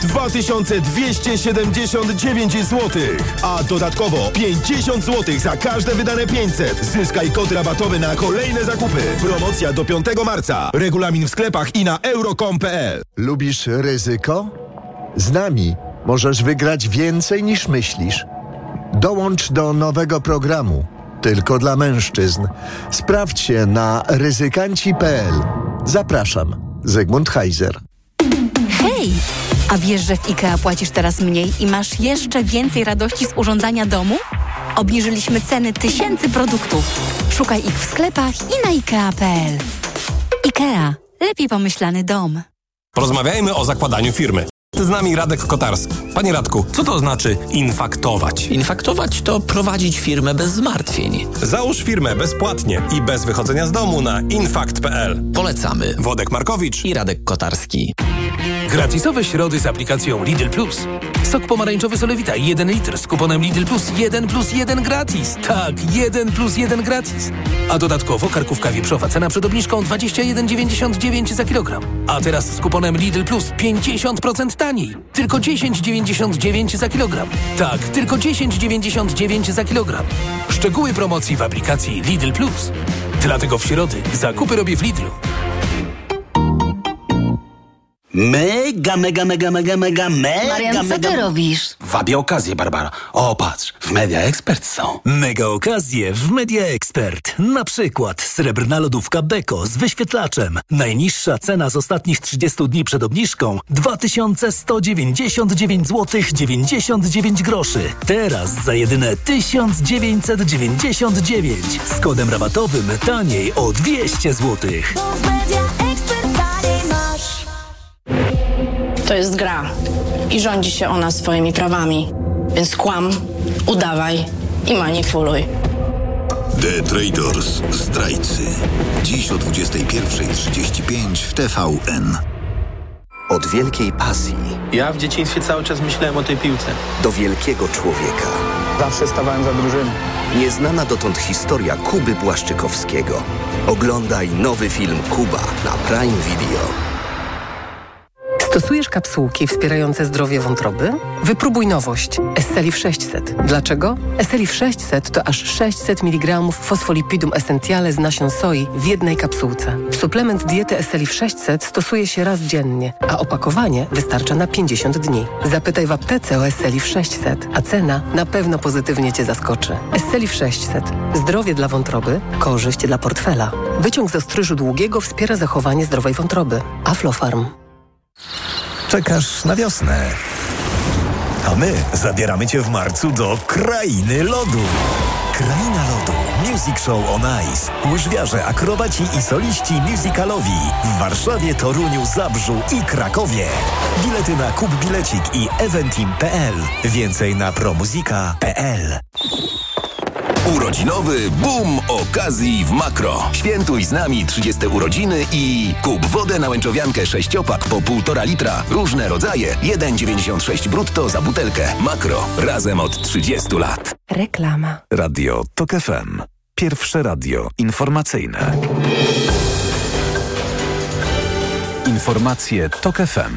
2279 zł. A dodatkowo 50 zł za każde wydane 500. Zyskaj kod rabatowy na kolejne zakupy. Promocja do 5 marca. Regulamin w sklepach i na euro.com.pl. Lubisz ryzyko? Z nami możesz wygrać więcej niż myślisz. Dołącz do nowego programu tylko dla mężczyzn. Sprawdź się na ryzykanci.pl. Zapraszam, Zygmunt Heiser. Hej! A wiesz, że w IKEA płacisz teraz mniej i masz jeszcze więcej radości z urządzania domu? Obniżyliśmy ceny tysięcy produktów. Szukaj ich w sklepach i na IKEA.pl. IKEA. Lepiej pomyślany dom. Porozmawiajmy o zakładaniu firmy. Z nami Radek Kotarski. Panie Radku, co to znaczy infaktować? Infaktować to prowadzić firmę bez zmartwień. Załóż firmę bezpłatnie i bez wychodzenia z domu na infakt.pl. Polecamy. Wodek Markowicz i Radek Kotarski. Gratisowe środy z aplikacją Lidl Plus. Sok pomarańczowy Solewita 1 litr z kuponem Lidl Plus 1 plus 1 gratis. Tak, 1 plus 1 gratis. A dodatkowo karkówka wieprzowa, cena przed obniżką 21,99 za kilogram. A teraz z kuponem Lidl Plus 50% taniej. Tylko 10,99 za kilogram. Tak, tylko 10,99 za kilogram. Szczegóły promocji w aplikacji Lidl Plus. Dlatego w środy zakupy robię w Lidlu. Marian, co ty robisz? Wabię okazję, Barbara. O, patrz, w Media Expert są. Mega okazje w Media Expert. Na przykład srebrna lodówka Beko z wyświetlaczem. Najniższa cena z ostatnich 30 dni przed obniżką 2199 zł 99 groszy. Teraz za jedyne 1999. Z kodem rabatowym taniej o 200 zł. To jest gra i rządzi się ona swoimi prawami. Więc kłam, udawaj i manipuluj. The Traders. Zdrajcy. Dziś o 21:35 w TVN. Od wielkiej pasji. Ja w dzieciństwie cały czas myślałem o tej piłce. Do wielkiego człowieka. Zawsze stawałem za drużyną. Nieznana dotąd historia Kuby Błaszczykowskiego. Oglądaj nowy film Kuba na Prime Video. Stosujesz kapsułki wspierające zdrowie wątroby? Wypróbuj nowość. Esselif 600. Dlaczego? Esselif 600 to aż 600 mg fosfolipidum essentiale z nasion soi w jednej kapsułce. Suplement diety Esselif 600 stosuje się raz dziennie, a opakowanie wystarcza na 50 dni. Zapytaj w aptece o Esselif 600, a cena na pewno pozytywnie Cię zaskoczy. Esselif 600. Zdrowie dla wątroby, korzyść dla portfela. Wyciąg z ostryżu długiego wspiera zachowanie zdrowej wątroby. Aflofarm. Czekasz na wiosnę. A my zabieramy Cię w marcu do Krainy Lodu. Kraina Lodu. Music Show on Ice. Łyżwiarze, akrobaci i soliści musicalowi. W Warszawie, Toruniu, Zabrzu i Krakowie. Bilety na Kup Bilecik i eventim.pl. Więcej na promuzika.pl. Urodzinowy boom okazji w Makro. Świętuj z nami 30 urodziny i kup wodę na łęczowiankę 6-pak po 1,5 litra. Różne rodzaje. 1,96 brutto za butelkę. Makro. Razem od 30 lat. Reklama. Radio TOK FM. Pierwsze radio informacyjne. Informacje TOK FM.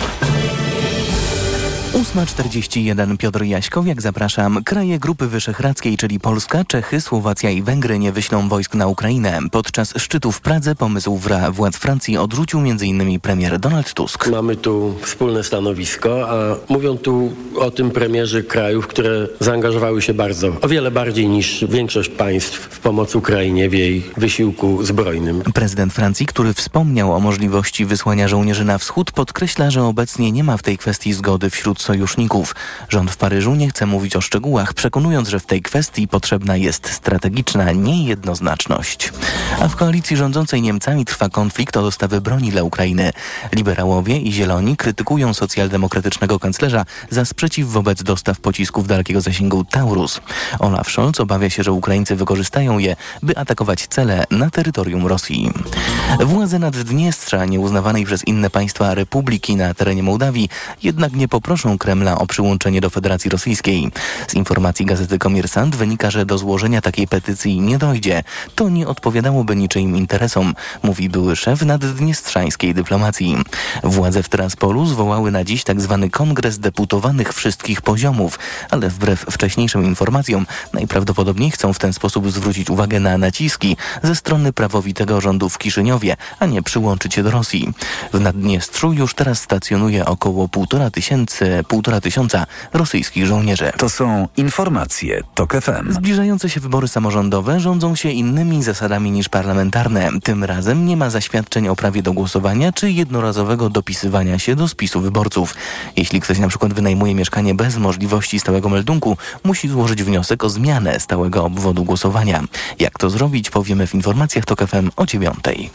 8:41. Piotr Jaśkowiak, zapraszam. Kraje Grupy Wyszehradzkiej, czyli Polska, Czechy, Słowacja i Węgry nie wyślą wojsk na Ukrainę. Podczas szczytu w Pradze pomysł władz Francji odrzucił m.in. premier Donald Tusk. Mamy tu wspólne stanowisko, a mówią tu o tym premierzy krajów, które zaangażowały się o wiele bardziej niż większość państw w pomoc Ukrainie w jej wysiłku zbrojnym. Prezydent Francji, który wspomniał o możliwości wysłania żołnierzy na wschód, podkreśla, że obecnie nie ma w tej kwestii zgody wśród sojuszników. Rząd w Paryżu nie chce mówić o szczegółach, przekonując, że w tej kwestii potrzebna jest strategiczna niejednoznaczność. A w koalicji rządzącej Niemcami trwa konflikt o dostawy broni dla Ukrainy. Liberałowie i Zieloni krytykują socjaldemokratycznego kanclerza za sprzeciw wobec dostaw pocisków dalekiego zasięgu Taurus. Olaf Scholz obawia się, że Ukraińcy wykorzystają je, by atakować cele na terytorium Rosji. Władze Naddniestrza, nieuznawanej przez inne państwa republiki na terenie Mołdawii, jednak nie poproszą Kremla o przyłączenie do Federacji Rosyjskiej. Z informacji gazety Komiersant wynika, że do złożenia takiej petycji nie dojdzie. To nie odpowiadałoby niczyim interesom, mówi były szef naddniestrzańskiej dyplomacji. Władze w Tiraspolu zwołały na dziś tzw. kongres deputowanych wszystkich poziomów, ale wbrew wcześniejszym informacjom najprawdopodobniej chcą w ten sposób zwrócić uwagę na naciski ze strony prawowitego rządu w Kiszyniowie Kiszyniowie, a nie przyłączyć się do Rosji. W Naddniestrzu już teraz stacjonuje około 1,5 tysiąca rosyjskich żołnierzy. To są informacje TOK FM. Zbliżające się wybory samorządowe rządzą się innymi zasadami niż parlamentarne. Tym razem nie ma zaświadczeń o prawie do głosowania czy jednorazowego dopisywania się do spisu wyborców. Jeśli ktoś na przykład wynajmuje mieszkanie bez możliwości stałego meldunku, musi złożyć wniosek o zmianę stałego obwodu głosowania. Jak to zrobić, powiemy w informacjach TOK FM o 9:00.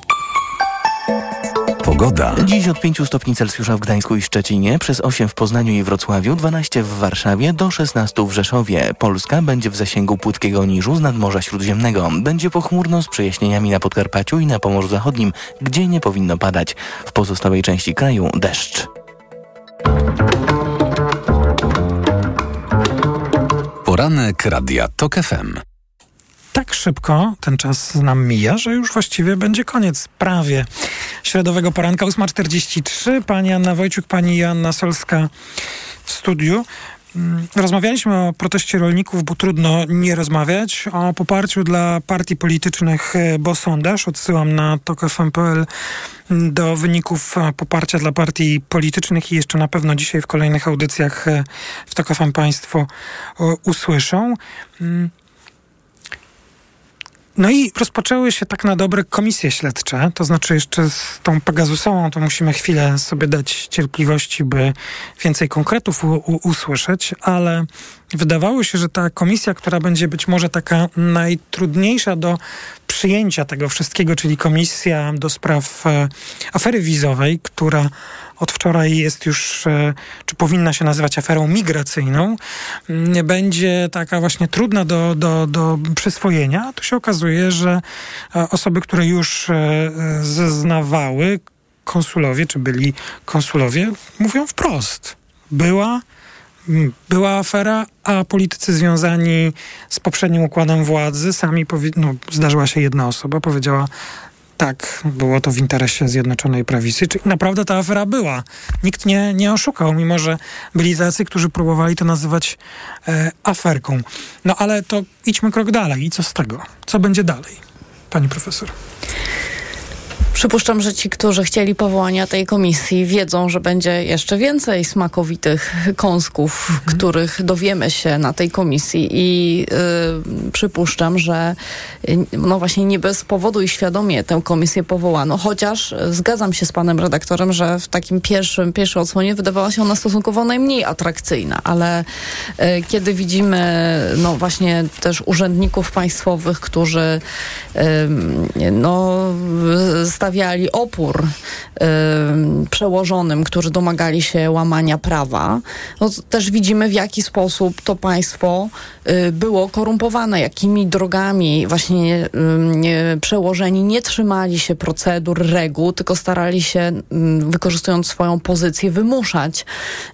Pogoda. Dziś od 5 stopni Celsjusza w Gdańsku i Szczecinie, przez 8 w Poznaniu i Wrocławiu, 12 w Warszawie, do 16 w Rzeszowie. Polska będzie w zasięgu płytkiego niżu z nadmorza Śródziemnego. Będzie pochmurno z przejaśnieniami na Podkarpaciu i na Pomorzu Zachodnim, gdzie nie powinno padać. W pozostałej części kraju deszcz. Poranek Radia TOK FM. Tak szybko ten czas nam mija, że już właściwie będzie koniec prawie środowego poranka. 8:43. Pani Anna Wojciuk, pani Joanna Solska w studiu. Rozmawialiśmy o proteście rolników, bo trudno nie rozmawiać, o poparciu dla partii politycznych, bo sondaż, odsyłam na tok.fm.pl do wyników poparcia dla partii politycznych i jeszcze na pewno dzisiaj w kolejnych audycjach w TOK FM Państwo usłyszą. No i rozpoczęły się tak na dobre komisje śledcze, to znaczy jeszcze z tą Pegasusową to musimy chwilę sobie dać cierpliwości, by więcej konkretów usłyszeć, ale wydawało się, że ta komisja, która będzie być może taka najtrudniejsza do przyjęcia tego wszystkiego, czyli komisja do spraw afery wizowej, która od wczoraj jest już, czy powinna się nazywać aferą migracyjną, będzie taka właśnie trudna do przyswojenia. Tu się okazuje, że osoby, które już zeznawały, konsulowie, czy byli konsulowie, mówią wprost. Była afera, a politycy związani z poprzednim układem władzy sami zdarzyła się jedna osoba, powiedziała: tak, było to w interesie Zjednoczonej Prawicy. Czyli naprawdę ta afera była. Nikt nie oszukał, mimo że byli tacy, którzy próbowali to nazywać aferką. No ale to idźmy krok dalej. I co z tego? Co będzie dalej, pani profesor? Przypuszczam, że ci, którzy chcieli powołania tej komisji, wiedzą, że będzie jeszcze więcej smakowitych kąsków, których dowiemy się na tej komisji i przypuszczam, że no właśnie nie bez powodu i świadomie tę komisję powołano, chociaż zgadzam się z panem redaktorem, że w takim pierwszej odsłonie wydawała się ona stosunkowo najmniej atrakcyjna, ale kiedy widzimy no właśnie też urzędników państwowych, którzy stawiali opór przełożonym, którzy domagali się łamania prawa, no też widzimy, w jaki sposób to państwo było korumpowane, jakimi drogami właśnie przełożeni nie trzymali się procedur, reguł, tylko starali się, wykorzystując swoją pozycję, wymuszać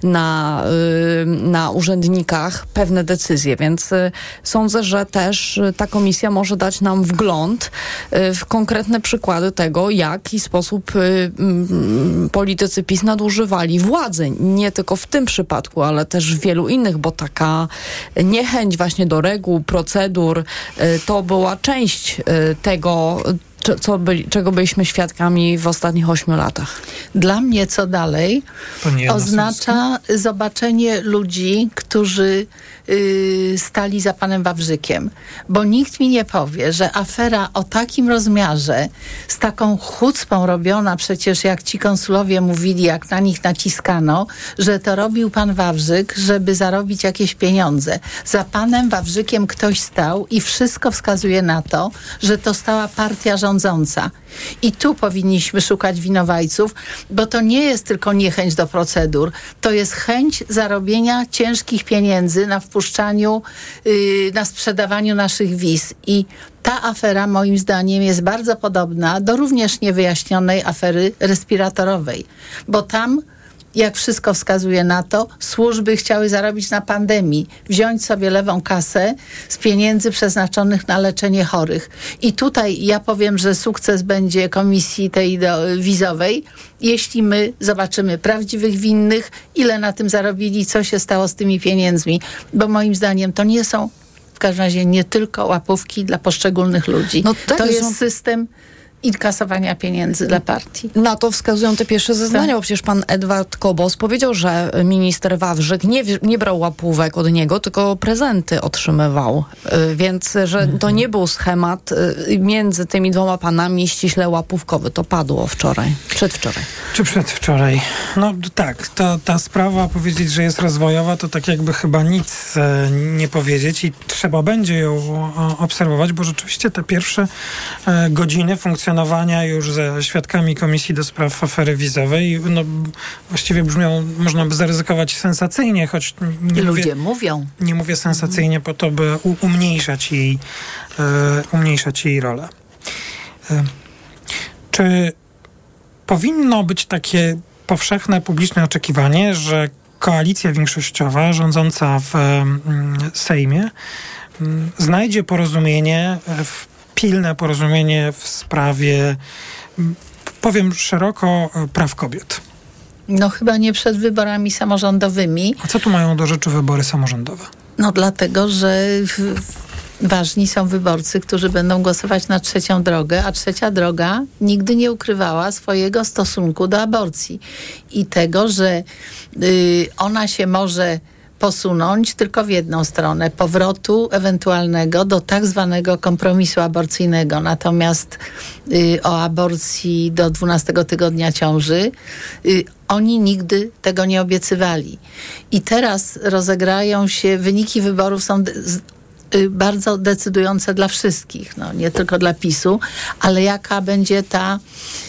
na urzędnikach pewne decyzje, więc sądzę, że też ta komisja może dać nam wgląd w konkretne przykłady tego, w jaki sposób politycy PiS nadużywali władzy. Nie tylko w tym przypadku, ale też w wielu innych, bo taka niechęć właśnie do reguł, procedur, to była część tego, czego byliśmy świadkami w ostatnich 8 latach. Dla mnie co dalej oznacza zobaczenie ludzi, którzy stali za panem Wawrzykiem. Bo nikt mi nie powie, że afera o takim rozmiarze, z taką chucpą robiona, przecież jak ci konsulowie mówili, jak na nich naciskano, że to robił pan Wawrzyk, żeby zarobić jakieś pieniądze. Za panem Wawrzykiem ktoś stał i wszystko wskazuje na to, że to stała partia rządząca. I tu powinniśmy szukać winowajców, bo to nie jest tylko niechęć do procedur, to jest chęć zarobienia ciężkich pieniędzy na wpuszczaniu, na sprzedawaniu naszych wiz. I ta afera moim zdaniem jest bardzo podobna do również niewyjaśnionej afery respiratorowej, bo tam, jak wszystko wskazuje na to, służby chciały zarobić na pandemii, wziąć sobie lewą kasę z pieniędzy przeznaczonych na leczenie chorych. I tutaj ja powiem, że sukces będzie komisji tej wizowej, jeśli my zobaczymy prawdziwych winnych, ile na tym zarobili, co się stało z tymi pieniędzmi. Bo moim zdaniem to nie są w każdym razie nie tylko łapówki dla poszczególnych ludzi. No, to jest system inkasowania pieniędzy dla partii. Na to wskazują te pierwsze zeznania, bo przecież pan Edward Kobos powiedział, że minister Wawrzyk nie brał łapówek od niego, tylko prezenty otrzymywał. Więc, że to nie był schemat między tymi dwoma panami ściśle łapówkowy. To padło wczoraj, przedwczoraj. Czy przedwczoraj? No tak, ta sprawa powiedzieć, że jest rozwojowa, to tak jakby chyba nic nie powiedzieć i trzeba będzie ją obserwować, bo rzeczywiście te pierwsze godziny funkcjonowania już ze świadkami Komisji do Spraw Afery Wizowej, no właściwie brzmią, można by zaryzykować sensacyjnie, choć ludzie mówią. Nie mówię sensacyjnie po to, by umniejszać jej rolę. Czy powinno być takie powszechne, publiczne oczekiwanie, że koalicja większościowa rządząca w Sejmie znajdzie porozumienie, pilne porozumienie w sprawie, powiem szeroko, praw kobiet? No chyba nie przed wyborami samorządowymi. A co tu mają do rzeczy wybory samorządowe? No dlatego, że ważni są wyborcy, którzy będą głosować na trzecią drogę, a trzecia droga nigdy nie ukrywała swojego stosunku do aborcji i tego, że ona się może posunąć tylko w jedną stronę, powrotu ewentualnego do tak zwanego kompromisu aborcyjnego. Natomiast o aborcji do 12 tygodnia ciąży oni nigdy tego nie obiecywali. I teraz rozegrają się, wyniki wyborów są bardzo decydujące dla wszystkich, no, nie tylko dla PiS-u, ale jaka będzie ta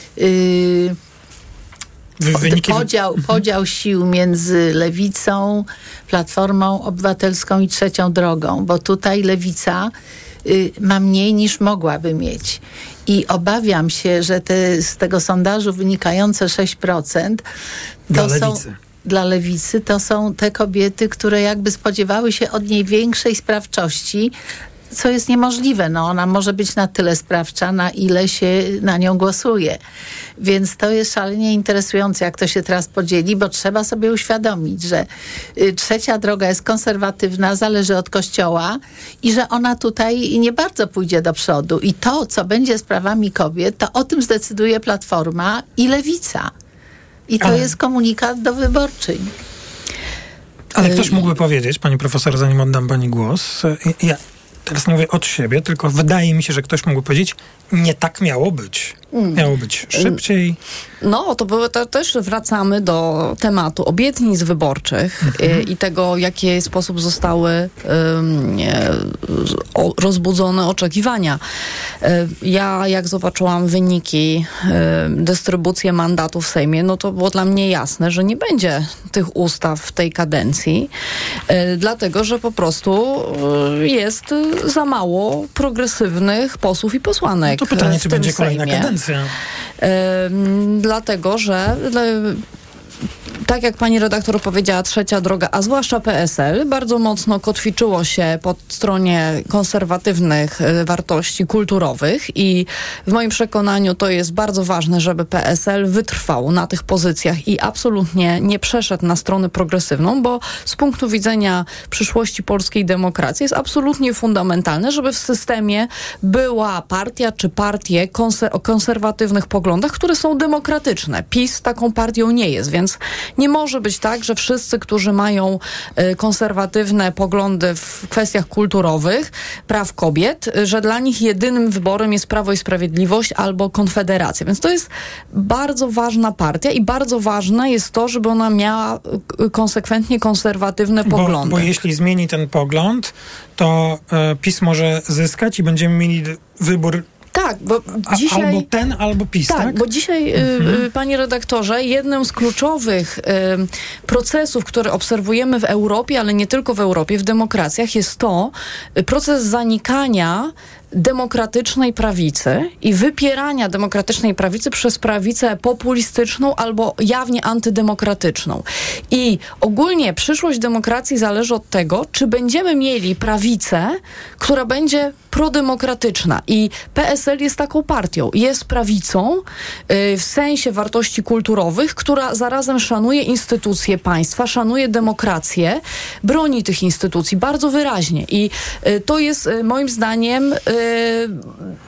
podział sił między Lewicą, Platformą Obywatelską i Trzecią Drogą, bo tutaj Lewica ma mniej niż mogłaby mieć. I obawiam się, że z tego sondażu wynikające 6% dla Lewicy to są te kobiety, które jakby spodziewały się od niej większej sprawczości, co jest niemożliwe. No, ona może być na tyle sprawcza, na ile się na nią głosuje. Więc to jest szalenie interesujące, jak to się teraz podzieli, bo trzeba sobie uświadomić, że trzecia droga jest konserwatywna, zależy od Kościoła i że ona tutaj nie bardzo pójdzie do przodu. I to, co będzie z prawami kobiet, to o tym zdecyduje Platforma i Lewica. I to jest komunikat do wyborczyń. Ale ktoś mógłby powiedzieć, pani profesor, zanim oddam pani głos, ja teraz nie mówię od siebie, tylko wydaje mi się, że ktoś mógł powiedzieć, nie tak miało być. Miało być szybciej. No, to też wracamy do tematu obietnic wyborczych i tego, w jaki sposób zostały rozbudzone oczekiwania. Ja, jak zobaczyłam wyniki, dystrybucję mandatów w Sejmie, no to było dla mnie jasne, że nie będzie tych ustaw w tej kadencji, dlatego, że po prostu jest za mało progresywnych posłów i posłanek. No to pytanie, czy będzie kolejna kadencja? Dlatego, że tak jak pani redaktor powiedziała, trzecia droga, a zwłaszcza PSL, bardzo mocno kotwiczyło się po stronie konserwatywnych wartości kulturowych i w moim przekonaniu to jest bardzo ważne, żeby PSL wytrwał na tych pozycjach i absolutnie nie przeszedł na stronę progresywną, bo z punktu widzenia przyszłości polskiej demokracji jest absolutnie fundamentalne, żeby w systemie była partia czy partie o konserwatywnych poglądach, które są demokratyczne. PiS taką partią nie jest, więc nie może być tak, że wszyscy, którzy mają konserwatywne poglądy w kwestiach kulturowych, praw kobiet, że dla nich jedynym wyborem jest Prawo i Sprawiedliwość albo Konfederacja. Więc to jest bardzo ważna partia i bardzo ważne jest to, żeby ona miała konsekwentnie konserwatywne poglądy. Bo jeśli zmieni ten pogląd, to PiS może zyskać i będziemy mieli wybór. Tak, bo dzisiaj... Albo ten, albo PiS, tak? Bo dzisiaj, panie redaktorze, jednym z kluczowych procesów, które obserwujemy w Europie, ale nie tylko w Europie, w demokracjach, jest to proces zanikania demokratycznej prawicy i wypierania demokratycznej prawicy przez prawicę populistyczną albo jawnie antydemokratyczną. I ogólnie przyszłość demokracji zależy od tego, czy będziemy mieli prawicę, która będzie prodemokratyczna. I PSL jest taką partią. Jest prawicą w sensie wartości kulturowych, która zarazem szanuje instytucje państwa, szanuje demokrację, broni tych instytucji bardzo wyraźnie. I to jest moim zdaniem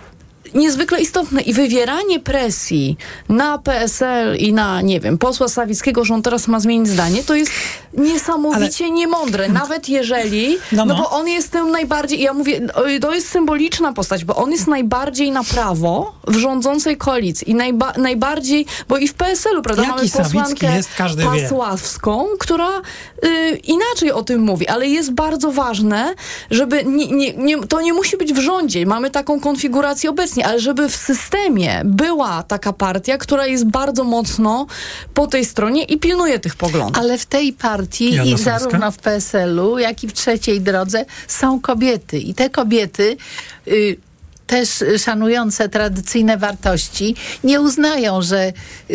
niezwykle istotne i wywieranie presji na PSL i na, nie wiem, posła Sawickiego, że on teraz ma zmienić zdanie, to jest niesamowicie niemądre. Nawet jeżeli, no bo on jest tym najbardziej, ja mówię, to jest symboliczna postać, bo on jest najbardziej na prawo w rządzącej koalicji i najbardziej, bo i w PSL-u, prawda, mamy posłankę Pasławską, która inaczej o tym mówi, ale jest bardzo ważne, żeby to nie musi być w rządzie, mamy taką konfigurację obecnie, ale żeby w systemie była taka partia, która jest bardzo mocno po tej stronie i pilnuje tych poglądów. Ale w tej partii i zarówno w PSL-u, jak i w trzeciej drodze są kobiety. I te kobiety też szanujące tradycyjne wartości nie uznają, że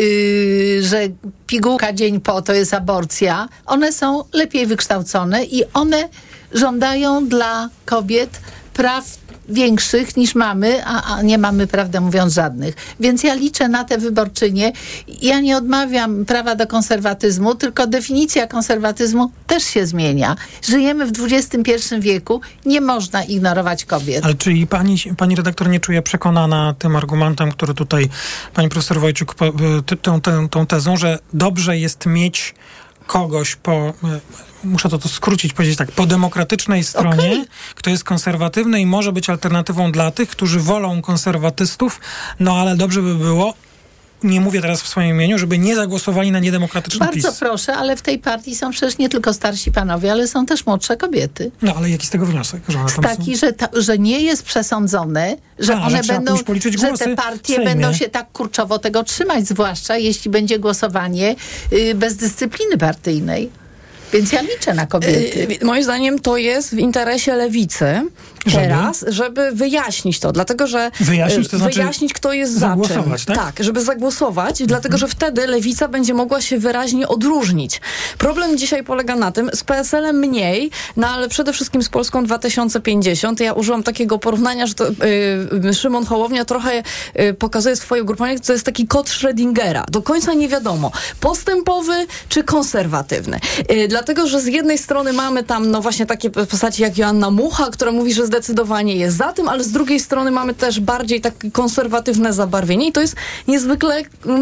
pigułka dzień po to jest aborcja. One są lepiej wykształcone i one żądają dla kobiet praw większych niż mamy, a nie mamy, prawdę mówiąc, żadnych. Więc ja liczę na te wyborczynie. Ja nie odmawiam prawa do konserwatyzmu, tylko definicja konserwatyzmu też się zmienia. Żyjemy w XXI wieku, nie można ignorować kobiet. Ale czyli pani redaktor nie czuje przekonana tym argumentem, który tutaj pani profesor Wojciuk tą tezą, że dobrze jest mieć kogoś muszę to skrócić, powiedzieć tak, po demokratycznej stronie, kto jest konserwatywny i może być alternatywą dla tych, którzy wolą konserwatystów, no ale dobrze by było, nie mówię teraz w swoim imieniu, żeby nie zagłosowali na niedemokratyczny PiS. Bardzo proszę, ale w tej partii są przecież nie tylko starsi panowie, ale są też młodsze kobiety. No ale jaki z tego wniosek? Że one tam taki, że nie jest przesądzone, że one będą, że te partie będą się tak kurczowo tego trzymać, zwłaszcza jeśli będzie głosowanie bez dyscypliny partyjnej. Więc ja liczę na kobiety. Moim zdaniem to jest w interesie lewicy teraz, żeby wyjaśnić to. Dlatego, że wyjaśnić, kto jest za czym. Tak, żeby zagłosować, dlatego, że wtedy lewica będzie mogła się wyraźnie odróżnić. Problem dzisiaj polega na tym, z PSL-em mniej, no ale przede wszystkim z Polską 2050. Ja użyłam takiego porównania, że to, Szymon Hołownia trochę pokazuje swoje ugrupowanie, to jest taki kot Schrödingera. Do końca nie wiadomo, postępowy czy konserwatywny. Dlatego, że z jednej strony mamy tam no właśnie takie postaci jak Joanna Mucha, która mówi, że zdecydowanie jest za tym, ale z drugiej strony mamy też bardziej takie konserwatywne zabarwienie i to jest niezwykle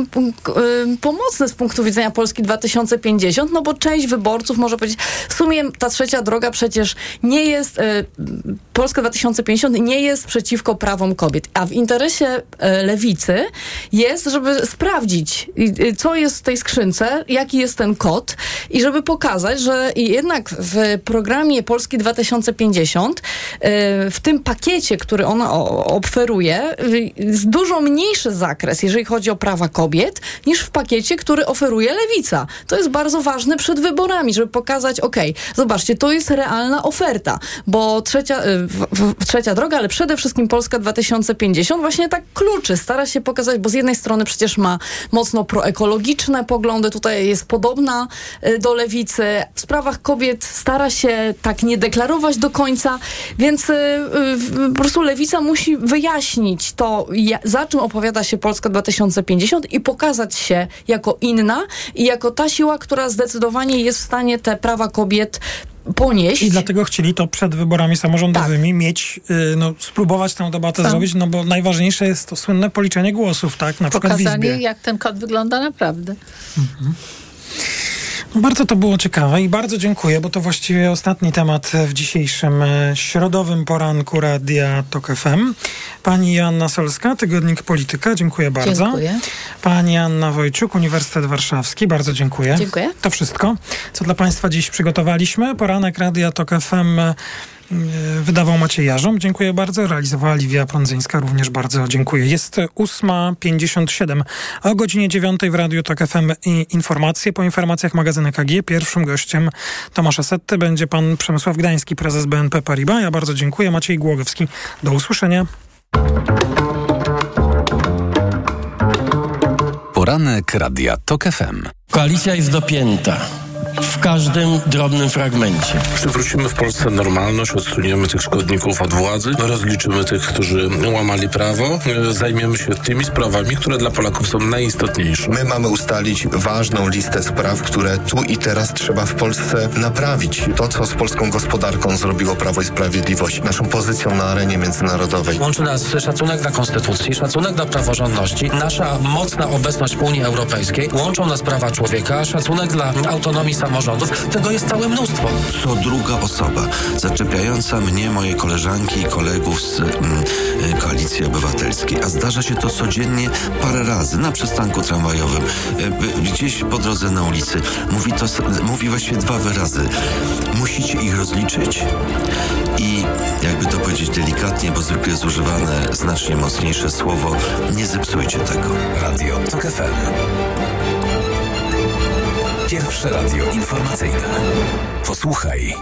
pomocne z punktu widzenia Polski 2050, no bo część wyborców może powiedzieć, w sumie ta trzecia droga przecież nie jest, Polska 2050 nie jest przeciwko prawom kobiet, a w interesie lewicy jest, żeby sprawdzić, co jest w tej skrzynce, jaki jest ten kod i żeby pokazać, że jednak w programie Polski 2050 w tym pakiecie, który ona oferuje, jest dużo mniejszy zakres, jeżeli chodzi o prawa kobiet, niż w pakiecie, który oferuje lewica. To jest bardzo ważne przed wyborami, żeby pokazać, zobaczcie, to jest realna oferta, bo trzecia droga, ale przede wszystkim Polska 2050 właśnie tak kluczy, stara się pokazać, bo z jednej strony przecież ma mocno proekologiczne poglądy, tutaj jest podobna do lewicy, w sprawach kobiet stara się tak nie deklarować do końca, więc po prostu lewica musi wyjaśnić to, za czym opowiada się Polska 2050 i pokazać się jako inna i jako ta siła, która zdecydowanie jest w stanie te prawa kobiet ponieść. I dlatego chcieli to przed wyborami samorządowymi mieć, spróbować tę debatę zrobić, no bo najważniejsze jest to słynne policzenie głosów, tak? Na przykład w Izbie. Pokazanie, jak ten kod wygląda naprawdę. Mhm. Bardzo to było ciekawe i bardzo dziękuję, bo to właściwie ostatni temat w dzisiejszym środowym poranku Radia TOK FM. Pani Joanna Solska, Tygodnik Polityka, dziękuję bardzo. Dziękuję. Pani Anna Wojciuk, Uniwersytet Warszawski, bardzo dziękuję. Dziękuję. To wszystko, co dla Państwa dziś przygotowaliśmy. Poranek Radia TOK FM wydawał Maciej Jarząb. Dziękuję bardzo. Realizowała Liwia Prądzyńska. Również bardzo dziękuję. Jest 8:57. O godzinie 9 w Radiu TOK FM informacje. Po informacjach magazyn EKG. Pierwszym gościem Tomasza Setty będzie pan Przemysław Gdański, prezes BNP Paribas. Ja bardzo dziękuję. Maciej Głogowski. Do usłyszenia. Poranek Radia TOK FM. Koalicja jest dopięta. w każdym drobnym fragmencie. Przywrócimy w Polsce normalność, odsuniemy tych szkodników od władzy, rozliczymy tych, którzy łamali prawo, zajmiemy się tymi sprawami, które dla Polaków są najistotniejsze. My mamy ustalić ważną listę spraw, które tu i teraz trzeba w Polsce naprawić. To, co z polską gospodarką zrobiło Prawo i Sprawiedliwość, naszą pozycją na arenie międzynarodowej. Łączy nas szacunek dla konstytucji, szacunek dla praworządności, nasza mocna obecność w Unii Europejskiej, łączą nas prawa człowieka, szacunek dla autonomii samorządów. Tego jest całe mnóstwo. Co druga osoba zaczepiająca mnie, moje koleżanki i kolegów z Koalicji Obywatelskiej, a zdarza się to codziennie parę razy, na przystanku tramwajowym, gdzieś po drodze na ulicy. Mówi właściwie 2 wyrazy. Musicie ich rozliczyć i, jakby to powiedzieć delikatnie, bo zwykle jest używane znacznie mocniejsze słowo, nie zepsujcie tego. Radio TOK FM. Pierwsze radio informacyjne. Posłuchaj,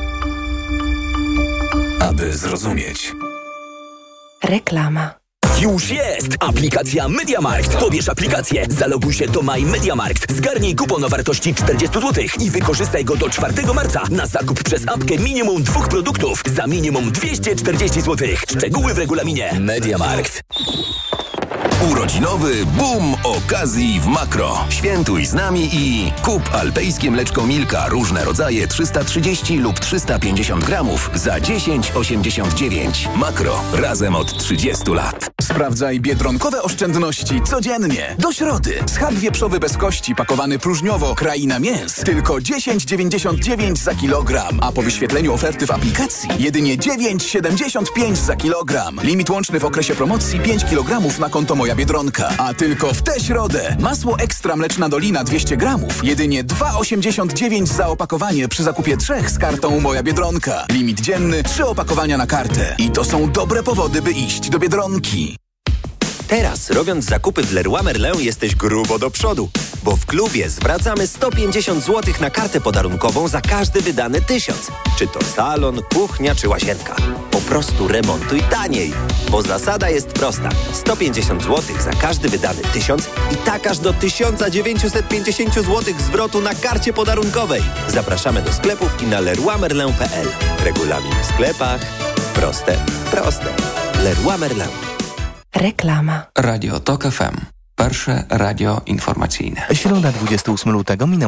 aby zrozumieć. Reklama. Już jest! Aplikacja MediaMarkt. Pobierz aplikację, zaloguj się do My MediaMarkt, zgarnij kupon o wartości 40 zł i wykorzystaj go do 4 marca na zakup przez apkę minimum 2 produktów za minimum 240 zł. Szczegóły w regulaminie. MediaMarkt. Urodzinowy boom okazji w Makro. Świętuj z nami i kup alpejskie mleczko Milka, różne rodzaje 330 lub 350 gramów za 10,89. Makro. Razem od 30 lat. Sprawdzaj biedronkowe oszczędności codziennie. Do środy. Schab wieprzowy bez kości pakowany próżniowo Kraina Mięs. Tylko 10,99 za kilogram. A po wyświetleniu oferty w aplikacji jedynie 9,75 za kilogram. Limit łączny w okresie promocji 5 kg na konto Moja Biedronka. A tylko w tę środę. Masło ekstra Mleczna Dolina 200 gramów. Jedynie 2,89 za opakowanie przy zakupie 3 z kartą Moja Biedronka. Limit dzienny 3 opakowania na kartę. I to są dobre powody, by iść do Biedronki. Teraz, robiąc zakupy w Leroy Merlin, jesteś grubo do przodu, bo w klubie zwracamy 150 zł na kartę podarunkową za każdy wydany 1000. Czy to salon, kuchnia czy łazienka. Po prostu remontuj taniej, bo zasada jest prosta. 150 zł za każdy wydany 1000 i tak aż do 1950 zł zwrotu na karcie podarunkowej. Zapraszamy do sklepów i na leroymerlin.pl. Regulamin w sklepach. Proste, proste. Leroy Merlin. Reklama. Radio TOK FM. Pierwsze radio informacyjne. Środa 28 lutego minęła.